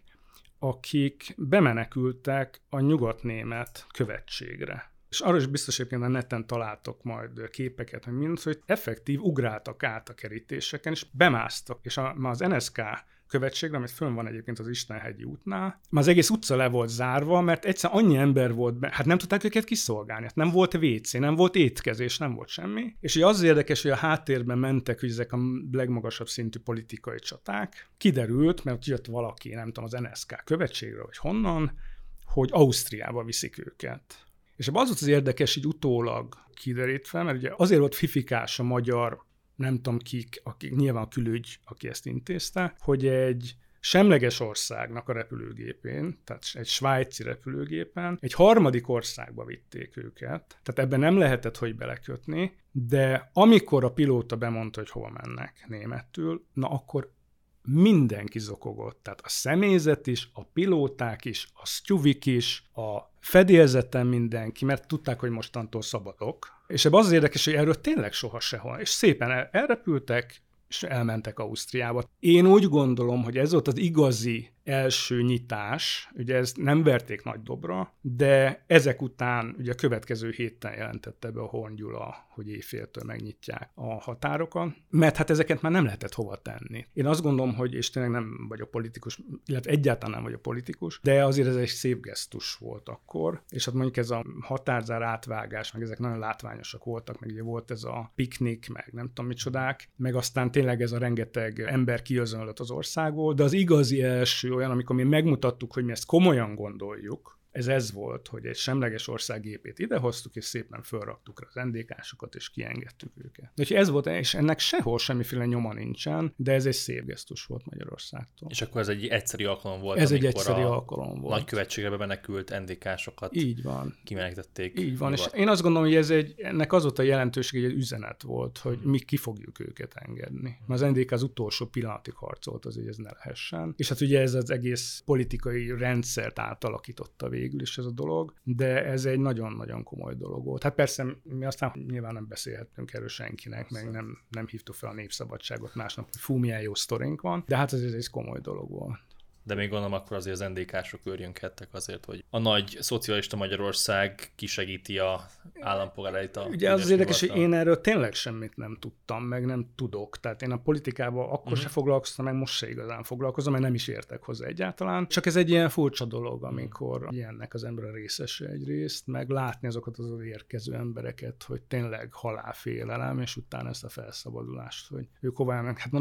akik bemenekültek a nyugatnémet követségre. És arra is biztos egyébként a neten találtok majd képeket, hogy mind, hogy effektív ugráltak át a kerítéseken, és bemásztak, és a, az en es ká követségre, amit fönn van egyébként az Istenhegyi útnál, már az egész utca le volt zárva, mert egyszer annyi ember volt be, hát nem tudták őket kiszolgálni, hát nem volt vé cé, nem volt étkezés, nem volt semmi. És ugye az érdekes, hogy a háttérben mentek, hogy ezek a legmagasabb szintű politikai csaták. Kiderült, mert jött valaki, nem tudom, az en es ká követségről, vagy honnan, hogy Ausztriába viszik őket. És az volt az érdekes, így utólag kiderítve, mert ugye azért volt fifikás a magyar, nem tudom kik, akik, nyilván a külügy, aki ezt intézte, hogy egy semleges országnak a repülőgépén, tehát egy svájci repülőgépen, egy harmadik országba vitték őket, tehát ebben nem lehetett, hogy belekötni, de amikor a pilóta bemondta, hogy hova mennek németül, na akkor mindenki zokogott, tehát a személyzet is, a pilóták is, a sztjuvik is, a fedélzeten mindenki, mert tudták, hogy mostantól szabadok. És ebben az érdekes, hogy erről tényleg soha sehol. És szépen el, elrepültek, és elmentek Ausztriába. Én úgy gondolom, hogy ez volt az igazi első nyitás, ugye ezt nem verték nagy dobra, de ezek után ugye a következő héten jelentette be a Horn Gyula, hogy éjféltől megnyitják a határokat, mert hát ezeket már nem lehetett hova tenni. Én azt gondolom, hogy, és tényleg nem vagyok politikus, illetve egyáltalán nem vagyok politikus, de azért ez egy szép gesztus volt akkor, és hát mondjuk ez a határzár átvágás, meg ezek nagyon látványosak voltak, meg ugye volt ez a piknik, meg nem tudom micsodák, meg aztán tényleg ez a rengeteg ember kijözönlött az országból, de az igazi első olyan, amikor mi megmutattuk, hogy mi ezt komolyan gondoljuk, ez ez volt, hogy egy semleges ország gépét idehoztuk, és szépen felraktuk rá az en dé ká-sokat, és kiengedtük őket. Úgyhogy ez volt, és ennek sehol semmiféle nyoma nincsen, de ez egy szép gesztus volt Magyarországtól. És akkor ez egy egyszeri alkalom volt, ez egy egyszeri alkalom volt. Nagykövetségre bemenekült en dé ká-sokat így van. kimenektették. Így van, nyugat. És én azt gondolom, hogy ez egy, ennek az volt a jelentőség, hogy egy üzenet volt, hogy mi ki fogjuk őket engedni. Mert az en dé ká az utolsó pillanatig harcolt az, hogy ez ne lehessen. És hát ugye ez az egész politikai rendszert átalakította végül is ez a dolog, de ez egy nagyon-nagyon komoly dolog volt. Hát persze mi aztán nyilván nem beszélhettünk erről senkinek, meg nem, nem hívtuk fel a Népszabadságot másnap, hogy fú, milyen jó sztorink van, de hát ez egy komoly dolog volt. De még gondolom akkor azért az en dé ká-sok őrjönghettek azért, hogy a nagy szocialista Magyarország kisegíti a állampolgárait. A ugye az érdekes, hogy én erről tényleg semmit nem tudtam, meg nem tudok. Tehát én a politikával akkor uh-huh. se foglalkoztam, meg most se igazán foglalkozom, mert nem is értek hozzá egyáltalán. Csak ez egy ilyen furcsa dolog, amikor uh-huh. ilyennek az ember a részese egyrészt, meg látni azokat az érkező embereket, hogy tényleg halálfélelem, és utána ezt a felszabadulást, hogy ők hová mennek. Hát mondom, a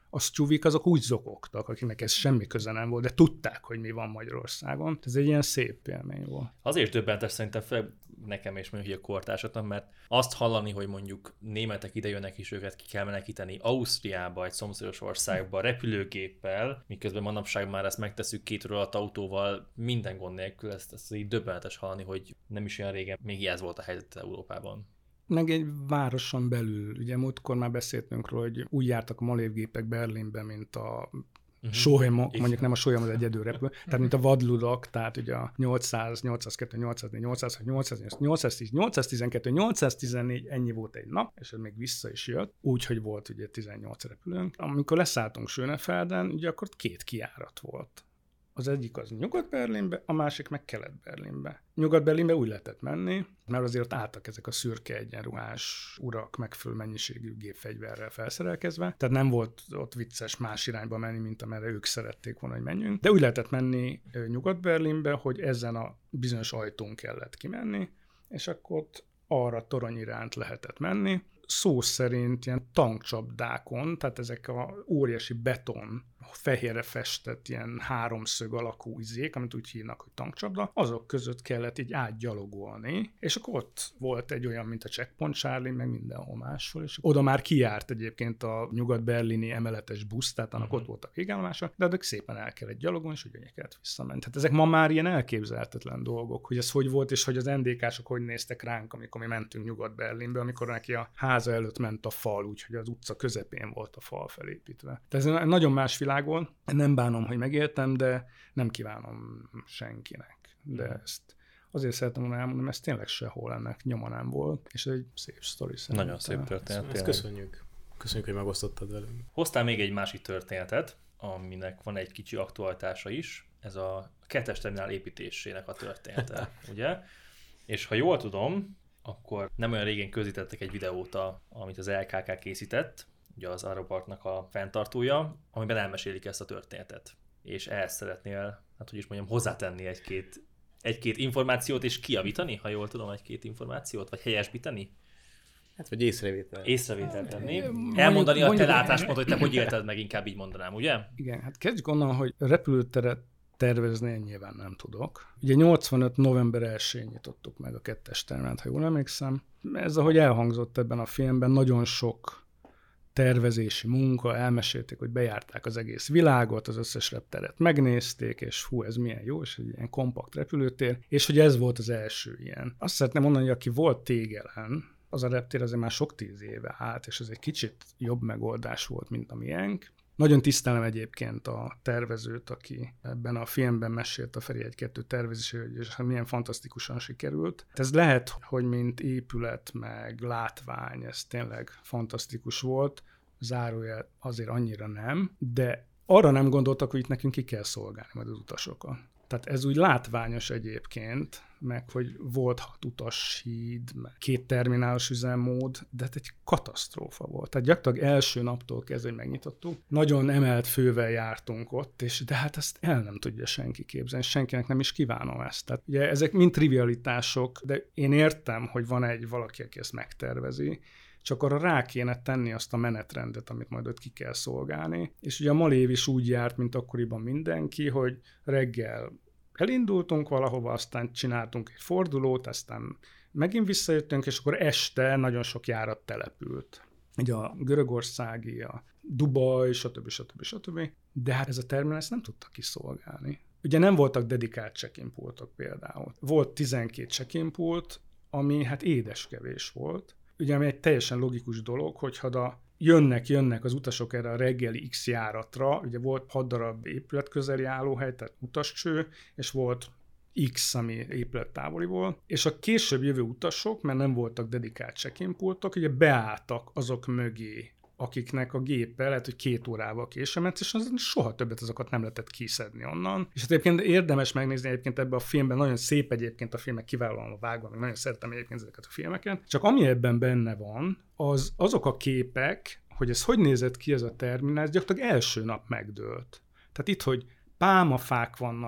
a sztyuvik azok úgy zokogtak, akiknek ez semmi köze nem volt, de tudták, hogy mi van Magyarországon. Ez egy ilyen szép élmény volt. Azért döbbentes szerintem fel nekem és mondjuk a kortársaknak, mert azt hallani, hogy mondjuk németek ide jönnek és őket ki kell menekíteni Ausztriába, egy szomszédos országba repülőgéppel, miközben manapság már ezt megtesszük két óra alatt autóval minden gond nélkül, ezt, ezt így döbbenetes hallani, hogy nem is olyan régen még ez volt a helyzet Európában. Meg egy városon belül, ugye múltkor már beszéltünk róla, hogy úgy jártak a malévgépek Berlinbe, mint a uh-huh. sólyomok, mondjuk nem a sólyom az egyedül repül, tehát mint a vadludak, tehát ugye a nyolcszáz, nyolcszázkettő, nyolcszáznégy, nyolcszázhat, nyolcszáznyolc, nyolcszáztíz, nyolcszáztizenkettő, nyolcszáztizennégy, ennyi volt egy nap, és ez még vissza is jött, úgyhogy volt ugye tizennyolc repülőnk. Amikor leszálltunk Schönefelden, ugye akkor két kijárat volt. Az egyik az Nyugat-Berlinbe, a másik meg Kelet-Berlinbe. Nyugat-Berlinbe úgy lehetett menni, mert azért ott álltak ezek a szürke egyenruhás urak megfelelő mennyiségű gépfegyverrel felszerelkezve, tehát nem volt ott vicces más irányba menni, mint amerre ők szerették volna, hogy menjünk. De úgy lehetett menni Nyugat-Berlinbe, hogy ezen a bizonyos ajtón kellett kimenni, és akkor ott arra torony iránt lehetett menni. Szó szerint ilyen tankcsapdákon, tehát ezek a óriási beton, fehérre festett ilyen háromszög alakú izék, amit úgy hívnak, hogy tankcsapda, azok között kellett így átgyalogolni, és akkor ott volt egy olyan, mint a Checkpoint Charlie, meg mindenhol máshol, és oda már kijárt egyébként a nyugat-berlini emeletes busz, tehát annak uh-huh. ott volt a végállomása, de addig szépen el kellett gyalogolni, és ugyanígy kellett visszamenni. Tehát ezek ma már ilyen elképzelhetetlen dolgok, hogy ez hogy volt, és hogy az en dé ká-sok hogy néztek ránk, amikor mi mentünk Nyugat-Berlinbe, amikor neki a háza előtt ment a fal, úgyhogy az utca közepén volt a fal felépítve. Tehát ez nagyon más világ volt. Nem bánom, hogy megéltem, de nem kívánom senkinek. De ezt azért szeretem volna elmondani, ez tényleg sehol ennek nyoma nem volt, és ez egy szép sztori szerintem. Nagyon szép történet. Ezt köszönjük. Köszönjük, hogy megosztottad velünk. Hoztál még egy másik történetet, aminek van egy kicsi aktualitása is. Ez a kettes terminál építésének a története, ugye? És ha jól tudom, akkor nem olyan régen közítettek egy videót, a, amit az el ká ká készített, ugye az Aeroparknak a fenntartója, amiben elmesélik ezt a történetet. És ehhez szeretnél, hát hogy is mondjam, hozzátenni egy-két, egy-két információt, és kijavítani, ha jól tudom, egy-két információt, vagy helyesbíteni? Hát, vagy észrevétel. Észrevétel tenni. Elmondani a te látásmódot, hogy te hogy élted meg, inkább így mondanám, ugye? Igen, hát kezdjük onnan, hogy repülőteret tervezni én nyilván nem tudok. Ugye nyolcvanöt november elsején nyitottuk meg a kettes terminált, ha jól emlékszem. Ez, ahogy elhangzott ebben a filmben, nagyon sok tervezési munka, elmesélték, hogy bejárták az egész világot, az összes repteret megnézték, és hú, ez milyen jó, és egy ilyen kompakt repülőtér, és hogy ez volt az első ilyen. Azt szeretném mondani, hogy aki volt Tégelen, az a reptér azért már sok tíz éve állt, és ez egy kicsit jobb megoldás volt, mint a miénk. Nagyon tisztelem egyébként a tervezőt, aki ebben a filmben mesélt a Feri egy kettő tervezéséről, és milyen fantasztikusan sikerült. Ez lehet, hogy mint épület, meg látvány, ez tényleg fantasztikus volt, zárójel azért annyira nem, de arra nem gondoltak, hogy itt nekünk ki kell szolgálni majd az utasokat. Tehát ez úgy látványos egyébként, meg hogy volt hat utas híd, meg két terminálos üzemmód, de hát egy katasztrófa volt. Tehát gyakorlatilag első naptól kezdve, hogy megnyitottuk, nagyon emelt fővel jártunk ott, és de hát ezt el nem tudja senki képzelni, senkinek nem is kívánom ezt. Tehát ugye ezek mind trivialitások, de én értem, hogy van egy valaki, aki ezt megtervezi, csak arra rá kéne tenni azt a menetrendet, amit majd ott ki kell szolgálni. És ugye a Malév is úgy járt, mint akkoriban mindenki, hogy reggel elindultunk valahova, aztán csináltunk egy fordulót, aztán megint visszajöttünk, és akkor este nagyon sok járat települt. Ugye a görögországi, a Dubaj, stb. stb. stb. De hát ez a terminál ezt nem tudta kiszolgálni. Ugye nem voltak dedikált check-in pultok például. Volt tizenkét check-in pult, ami hát édeskevés volt. Ugye ami egy teljesen logikus dolog, hogy ha a jönnek, jönnek az utasok erre a reggeli X járatra, ugye volt hat darab épületközeli állóhely, tehát utascső, és volt X, ami épület távoli volt, és a később jövő utasok, mert nem voltak dedikált check-in pultok, ugye beálltak azok mögé, akiknek a gépe lehet, hogy két órával később ment, és az soha többet azokat nem lehetett kiszedni onnan. És hát egyébként érdemes megnézni egyébként ebben a filmben, nagyon szép egyébként a filmek, kiválóan a vágva, meg nagyon szeretem egyébként ezeket a filmeket. Csak ami ebben benne van, az azok a képek, hogy ez hogy nézett ki ez a terminál, ez gyakorlatilag első nap megdőlt. Tehát itt, hogy pálmafák vannak, meg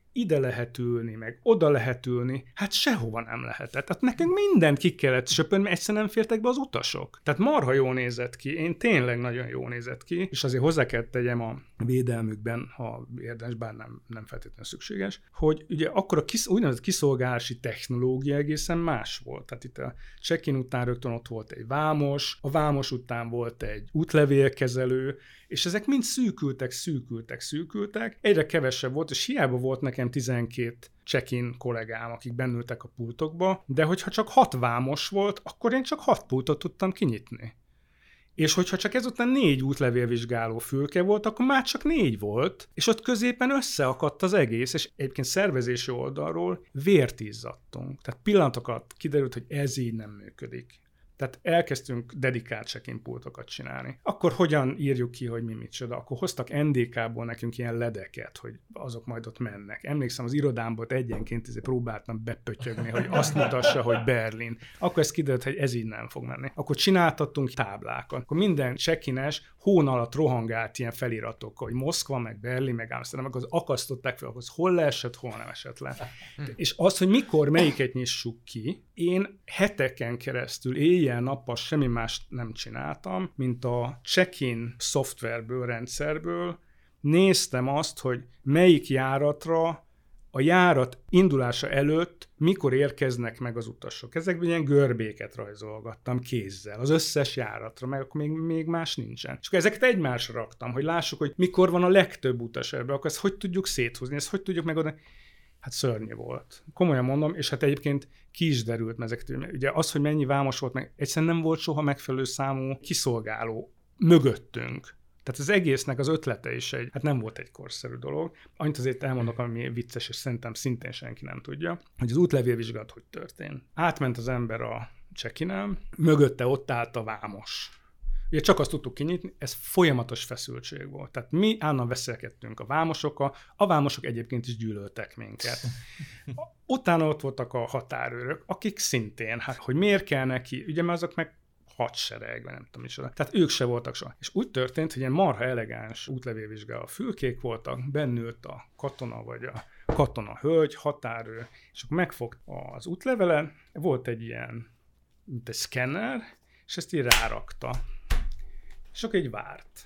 ide lehet ülni, meg oda lehet ülni, hát sehova nem lehetett. Tehát nekünk mindent ki kellett söpörni, mert egyszerűen nem fértek be az utasok. Tehát marha jól nézett ki, én tényleg nagyon jól nézett ki, és azért hozzá kell tegyem a védelmükben, ha érdemes, bár nem, nem feltétlenül szükséges, hogy ugye akkor a kis, úgynevezett kiszolgálási technológia egészen más volt. Tehát itt a check-in után rögtön ott volt egy vámos, a vámos után volt egy útlevélkezelő, és ezek mind szűkültek, szűkültek, szűkültek, egyre kevesebb volt, és hiába volt nekem tizenkét check-in kollégám, akik bennültek a pultokba, de hogyha csak hat vámos volt, akkor én csak hat pultot tudtam kinyitni. És hogyha csak ezután négy útlevélvizsgáló fülke volt, akkor már csak négy volt, és ott középen összeakadt az egész, és egyébként szervezési oldalról vért izzadtunk. Tehát pillanatokat kiderült, hogy ez így nem működik. Tehát elkezdtünk dedikált check-in pultokat csinálni. Akkor hogyan írjuk ki, hogy mi micsoda? Akkor hoztak en dé ká-ból nekünk ilyen ledeket, hogy azok majd ott mennek. Emlékszem, az irodámból egyenként ezért próbáltam bepötyögni, hogy azt mutassa, hogy Berlin. Akkor ez kiderült, hogy ez így nem fog menni. Akkor csináltattunk táblákat. Akkor minden check-ines hón alatt rohangált ilyen feliratokkal, hogy Moszkva, meg Berlin, meg Amsterdam, meg az akasztották fel, ahhoz hol leesett, hol nem esett le. És az, hogy mikor melyiket nyissuk ki, én heteken keresztül éjjel-nappal semmi mást nem csináltam, mint a check-in szoftverből, rendszerből néztem azt, hogy melyik járatra a járat indulása előtt mikor érkeznek meg az utasok. Ezekben ilyen görbéket rajzolgattam kézzel, az összes járatra, meg akkor még, még más nincsen. És akkor ezeket egymásra raktam, hogy lássuk, hogy mikor van a legtöbb utas ebbe, akkor ezt hogy tudjuk széthúzni, ezt hogy tudjuk megoldani. Hát szörnyű volt. Komolyan mondom, és hát egyébként ki is derült mezektől. Ugye az, hogy mennyi vámos volt, meg egyszerűen nem volt soha megfelelő számú kiszolgáló mögöttünk. Tehát az egésznek az ötlete is egy, hát nem volt egy korszerű dolog. Annyit azért elmondok, ami vicces, és szerintem szintén senki nem tudja, hogy az útlevélvizsgálat hogy történt. Átment az ember a check-inen, mögötte ott állt a vámos. Ugye csak azt tudtuk kinyitni, ez folyamatos feszültség volt. Tehát mi állandóan beszélgettünk a vámosokkal, a vámosok egyébként is gyűlöltek minket. Utána ott voltak a határőrök, akik szintén, hát hogy miért kell neki, ugye mert azok meg hadsereg, vagy nem tudom is. Tehát ők se voltak soha. És úgy történt, hogy ilyen marha elegáns útlevélvizsgáló fülkék voltak, bennült a katona, vagy a katona hölgy, határőr, és akkor megfogta az útlevelet, volt egy ilyen, mint egy szkenner, és ezt így rárakta. És akkor így várt.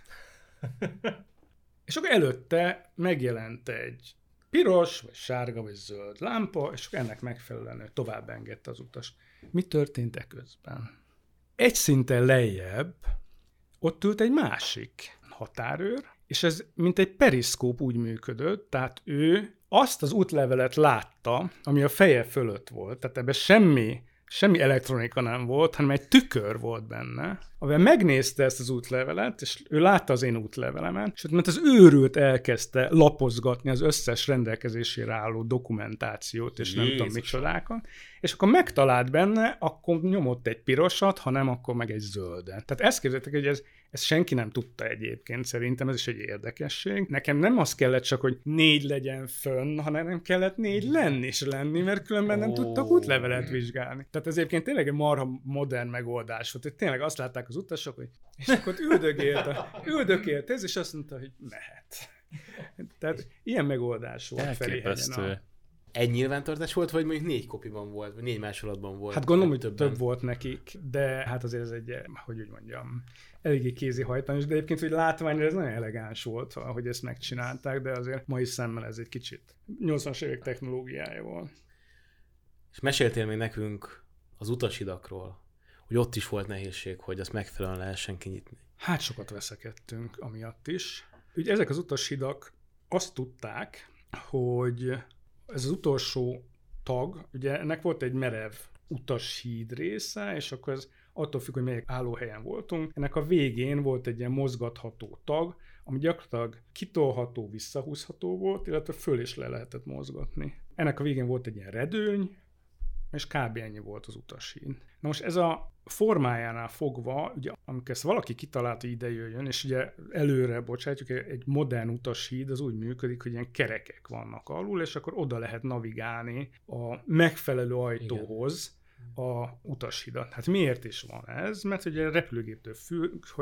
És akkor előtte megjelent egy piros, vagy sárga, vagy zöld lámpa, és akkor ennek megfelelően ő tovább engedte az utas. Mi történt eközben? Egy szinten lejjebb ott ült egy másik határőr, és ez mint egy periszkóp úgy működött, tehát ő azt az útlevelet látta, ami a feje fölött volt, tehát ebben semmi Semmi elektronika nem volt, hanem egy tükör volt benne, amivel megnézte ezt az útlevelet, és ő látta az én útlevelemet, és mert az őrült elkezdte lapozgatni az összes rendelkezésére álló dokumentációt, és Jézus. Nem tudom micsodákat, és akkor megtalált benne, akkor nyomott egy pirosat, ha nem, akkor meg egy zöldet. Tehát ezt képzeljétek, hogy ez, ez senki nem tudta egyébként, szerintem ez is egy érdekesség. Nekem nem az kellett csak, hogy négy legyen fönn, hanem nem kellett négy lenni is lenni, mert különben nem oh. tudtak útlevelet vizsgálni. Tehát ez egyébként tényleg egy marha modern megoldás volt, hogy tényleg azt látták az utasok, hogy és akkor ott üldögélt, a, üldögélt ez, és azt mondta, hogy mehet. Tehát ilyen megoldás volt Ferihegyen. Egy nyilvántartás volt, vagy mondjuk négy kopiban volt, vagy négy másolatban volt? Hát gondolom, hogy többen. több volt nekik, de hát azért ez egy, hogy úgy mondjam, eléggé kézihajtás, de egyébként, hogy látványra ez nagyon elegáns volt, hogy ezt megcsinálták, de azért mai szemmel ez egy kicsit nyolcvanas évek technológiája volt. És meséltél még nekünk az utasidakról, hogy ott is volt nehézség, hogy azt megfelelően lehessen kinyitni. Hát sokat veszekedtünk amiatt is. Ugye ezek az utasidak azt tudták, hogy ez az utolsó tag, ugye ennek volt egy merev utashíd része, és akkor ez attól függ, hogy melyik állóhelyen voltunk. Ennek a végén volt egy ilyen mozgatható tag, ami gyakorlatilag kitolható, visszahúzható volt, illetve föl is le lehetett mozgatni. Ennek a végén volt egy ilyen redőny, és kb. Ennyi volt az utashíd. Na most ez a formájánál fogva, ugye, amikor ezt valaki kitalált, hogy ide jöjjön, és ugye előre bocsátjuk, egy modern utashíd az úgy működik, hogy ilyen kerekek vannak alul, és akkor oda lehet navigálni a megfelelő ajtóhoz a utashidat. Hát miért is van ez? Mert ugye a repülőgéptől függ, hogy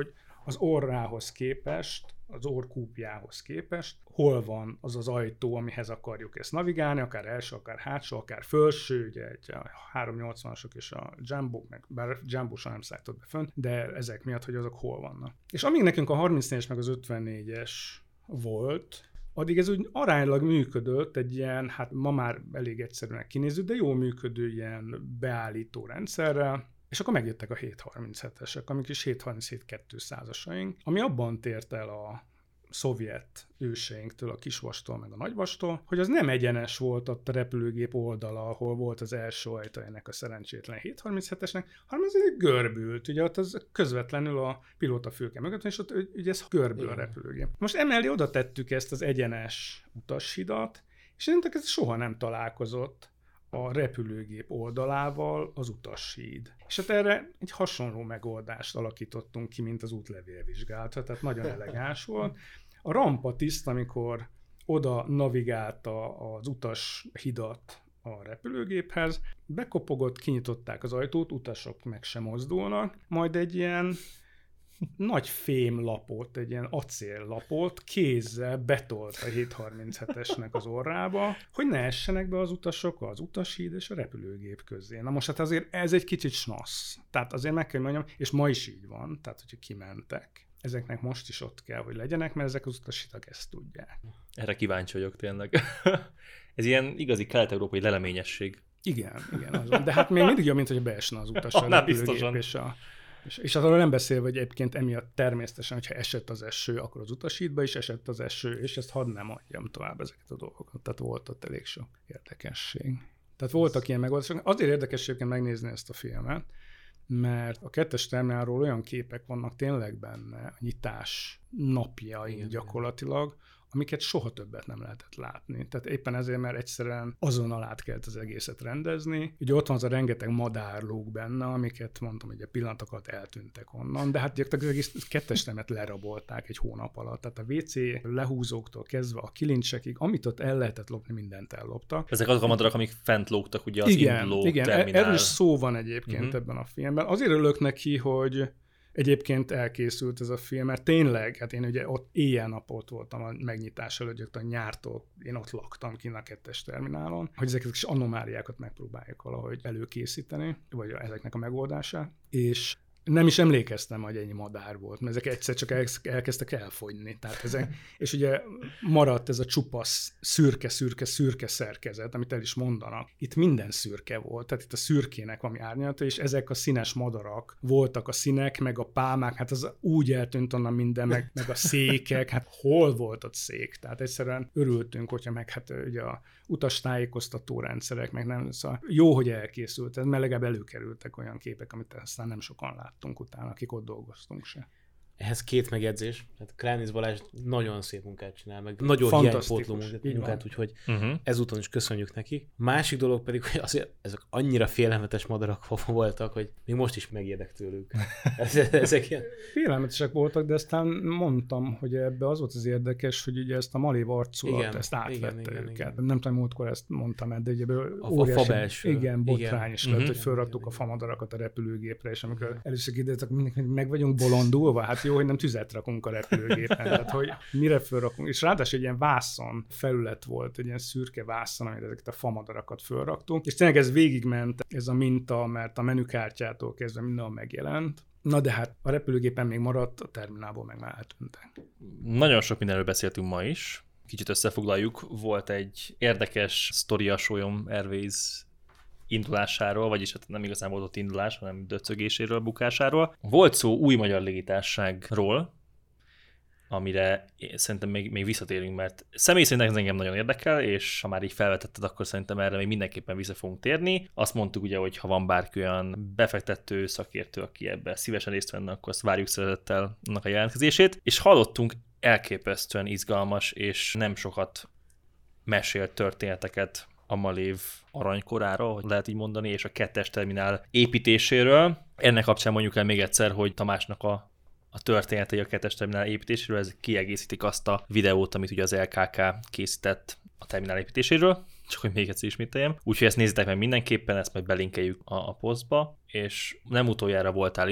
az orrához képest, az orrkúpjához képest, hol van az az ajtó, amihez akarjuk ezt navigálni, akár első, akár hátsó, akár felső, ugye egy a háromszáznyolcvanasok és a Jumbo, meg bár Jumbo sem nem szállított be fönt, de ezek miatt, hogy azok hol vannak. És amíg nekünk a harmincnégyes meg az ötvennégyes volt, addig ez úgy aránylag működött, egy ilyen, hát ma már elég egyszerűen kinéző, de jól működő ilyen beállító rendszerrel, és akkor megjöttek a hétszázharminchetesek, amik is hétszázharminchét kétszázasaink, ami abban tért el a szovjet őseinktől, a kisvastól meg a nagyvastól, hogy az nem egyenes volt ott a repülőgép oldala, ahol volt az első ajta ennek a szerencsétlen hétszázharminchetesnek, hanem az egy görbült, ugye ott az közvetlenül a pilótafülke mögött, és ott ugye ez görbül a repülőgép. Most emellé oda tettük ezt az egyenes utashidat, és szerintem ez soha nem találkozott a repülőgép oldalával az utashíd. És hát erre egy hasonló megoldást alakítottunk ki, mint az útlevélvizsgálatra, tehát nagyon elegáns volt. A rampatiszt, amikor oda navigálta az utashidat a repülőgéphez, bekopogott, kinyitották az ajtót, utasok meg sem mozdulnak, majd egy ilyen nagy fémlapot, egy ilyen acéllapot kézzel betolt a hétszázharminchetesnek az orrába, hogy ne essenek be az utasok az utashíd és a repülőgép közé. Na most hát azért ez egy kicsit snasz. Tehát azért meg kell mondjam, és ma is így van, tehát hogyha kimentek, ezeknek most is ott kell, hogy legyenek, mert ezek az utashidak ezt tudják. Erre kíváncsi vagyok tényleg. Ez ilyen igazi kelet-európai leleményesség. Igen, igen, az van. De hát még mindig jobb, mint hogy beesne az utas a repülőgép és a És, és arról nem beszélve, hogy egyébként emiatt természetesen, hogyha esett az eső, akkor az utashídba is esett az eső, és ezt hadd nem mondjam tovább ezeket a dolgokat. Tehát volt ott elég sok érdekesség. Tehát voltak ilyen megoldások. Azért érdekes egyébként megnézni ezt a filmet, mert a kettes terminálról olyan képek vannak tényleg benne, a nyitás napjain gyakorlatilag, amiket soha többet nem lehetett látni. Tehát éppen ezért, mert egyszerűen azonnal át kellett az egészet rendezni. Ugye ott van az a rengeteg madárlók benne, amiket mondtam, hogy a pillanatokat eltűntek onnan, de hát gyakorlatilag az egész kettes temet lerabolták egy hónap alatt. Tehát a vé cé lehúzóktól kezdve a kilincsekig, amit ott el lehetett lopni, mindent elloptak. Ezek azok a madarak, amik fent lógtak ugye az igen, induló igen, terminál. erről is szó van egyébként uh-huh. ebben a filmben. Azért örülök neki, hogy egyébként elkészült ez a film, mert tényleg, hát én ugye ott éjjel-napot voltam a megnyitás előtt, a nyártól én ott laktam kint a kettes terminálon, hogy ezeket is anomáliákat megpróbáljuk valahogy előkészíteni, vagy ezeknek a megoldását, és nem is emlékeztem, hogy ennyi madár volt, mert ezek egyszer csak elkezdtek elfogyni. Tehát ezek, és ugye maradt ez a csupasz szürke, szürke, szürke szerkezet, amit el is mondanak. Itt minden szürke volt, tehát itt a szürkének valami árnyalata, és ezek a színes madarak voltak, a színek, meg a pálmák, hát az úgy eltűnt onnan minden, meg, meg a székek, hát hol volt ott szék? Tehát egyszerűen örültünk, hogyha meg hát ugye a utastájékoztató rendszerek, meg nem, szóval jó, hogy elkészült, mert legalább előkerültek olyan képek, amit aztán nem sokan láttunk utána, akik ott dolgoztunk se. Ehhez két megjegyzés. Hát Kránisz Balázs nagyon szép munkát csinál, meg nagyon hiánypótló munkát, úgyhogy uh-huh. ezúton is köszönjük neki. Másik dolog pedig, hogy azért ezek annyira félelmetes madarak voltak, hogy még most is megijedek tőlük. Ezek ilyen... Félelmetesek voltak, de aztán mondtam, hogy ebbe az volt az érdekes, hogy ugye ezt a malév arculat, igen, ezt átvette igen, őket. Igen, igen. Nem tudom, múltkor ezt mondtam, de ugye a, óriási, a fa belső. Igen, botrány igen. is lett, uh-huh. hogy felraktuk a famadarakat a repülőgépre, és amikor először kiderült, akkor meg vagyunk bolondulva, hát jó, hogy nem tüzet rakunk a repülőgépen, tehát hogy mire fölrakunk, és ráadásul egy ilyen vászon felület volt, egy ilyen szürke vászon, amit ezeket a famadarakat fölraktunk, és tényleg ez végigment ez a minta, mert a menükártyától kezdve mindenhol megjelent. Na de hát a repülőgépen még maradt, a terminálból meg már eltűntek. Nagyon sok mindenről beszéltünk ma is, kicsit összefoglaljuk, volt egy érdekes sztori a Solyom Airways indulásáról, vagyis hát nem igazán volt ott indulás, hanem döcögéséről, bukásáról. Volt szó új magyar légitársaságról, amire szerintem még, még visszatérünk, mert személy szerint ez engem nagyon érdekel, és ha már így felvetetted, akkor szerintem erre még mindenképpen vissza fogunk térni. Azt mondtuk ugye, hogy ha van bárki olyan befektető, szakértő, aki ebben szívesen részt venne, akkor azt várjuk szeretettel annak a jelentkezését. És hallottunk elképesztően izgalmas, és nem sokat mesélt történeteket a Malév aranykoráról, hogy lehet így mondani, és a kettes terminál építéséről. Ennek kapcsán mondjuk el még egyszer, hogy Tamásnak a, a történetei a kettes terminál építéséről, ez kiegészítik azt a videót, amit ugye az el ká ká készített a terminál építéséről, csak hogy még egyszer ismételjem. Úgyhogy ezt nézzétek meg mindenképpen, ezt majd belinkeljük a, a posztba, és nem utoljára voltál itt,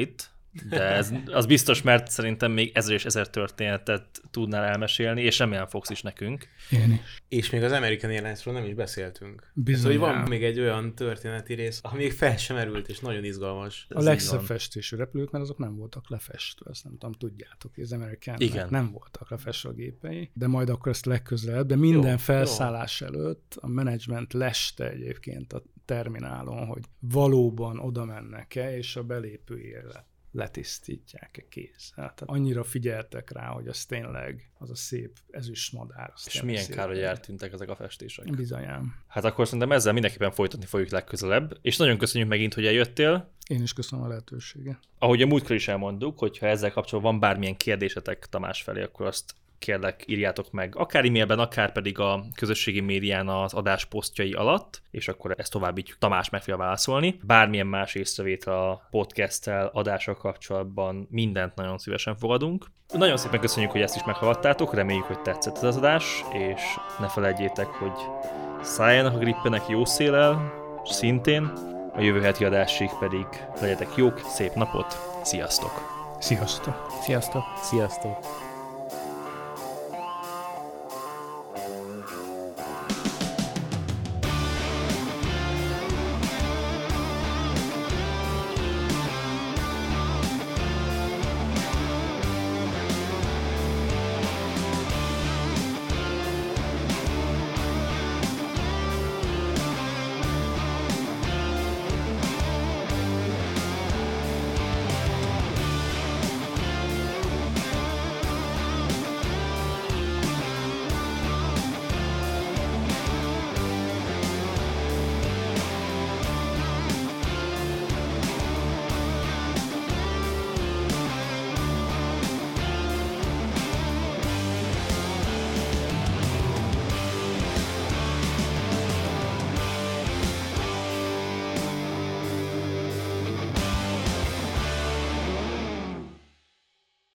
De ez, az biztos, mert szerintem még ezer és ezer történetet tudnál elmesélni, és remélem fogsz is nekünk. Én is. És még az American Airlines-ról nem is beszéltünk. Bizony. Szóval van még egy olyan történeti rész, ami még fel sem merült, és nagyon izgalmas. A legszebb festésű repülők, mert azok nem voltak lefestve, ezt nem tudom, tudjátok, hogy az American nem voltak lefestve a gépei, de majd akkor ezt legközelebb, de minden jó, felszállás jó. előtt a menedzsment leste egyébként a terminálon, hogy valóban oda mennek-e, és a belépőjére letisztítják-e kézzel. Tehát annyira figyeltek rá, hogy az tényleg az a szép ezüst madár. És milyen kár, hogy eltűntek ezek a festések. Bizonyám. Hát akkor szerintem ezzel mindenképpen folytatni fogjuk legközelebb, és nagyon köszönjük megint, hogy eljöttél. Én is köszönöm a lehetőséget. Ahogy a múltkor is elmondtuk, hogyha ezzel kapcsolatban van bármilyen kérdésetek Tamás felé, akkor azt kérlek, írjátok meg akár e-mailben, akár pedig a közösségi médián az adás posztjai alatt, és akkor ezt továbbítjuk, Tamás meg fogja válaszolni. Bármilyen más észrevétel a podcasttel, adással kapcsolatban mindent nagyon szívesen fogadunk. Nagyon szépen köszönjük, hogy ezt is meghallgattátok, reméljük, hogy tetszett ez az adás, és ne felejtjétek, hogy szálljanak a grippenek jó széllel, és szintén a jövő heti adásig pedig legyetek jók, szép napot, sziasztok! Sziasztok! Sziasztok! Sziasztok!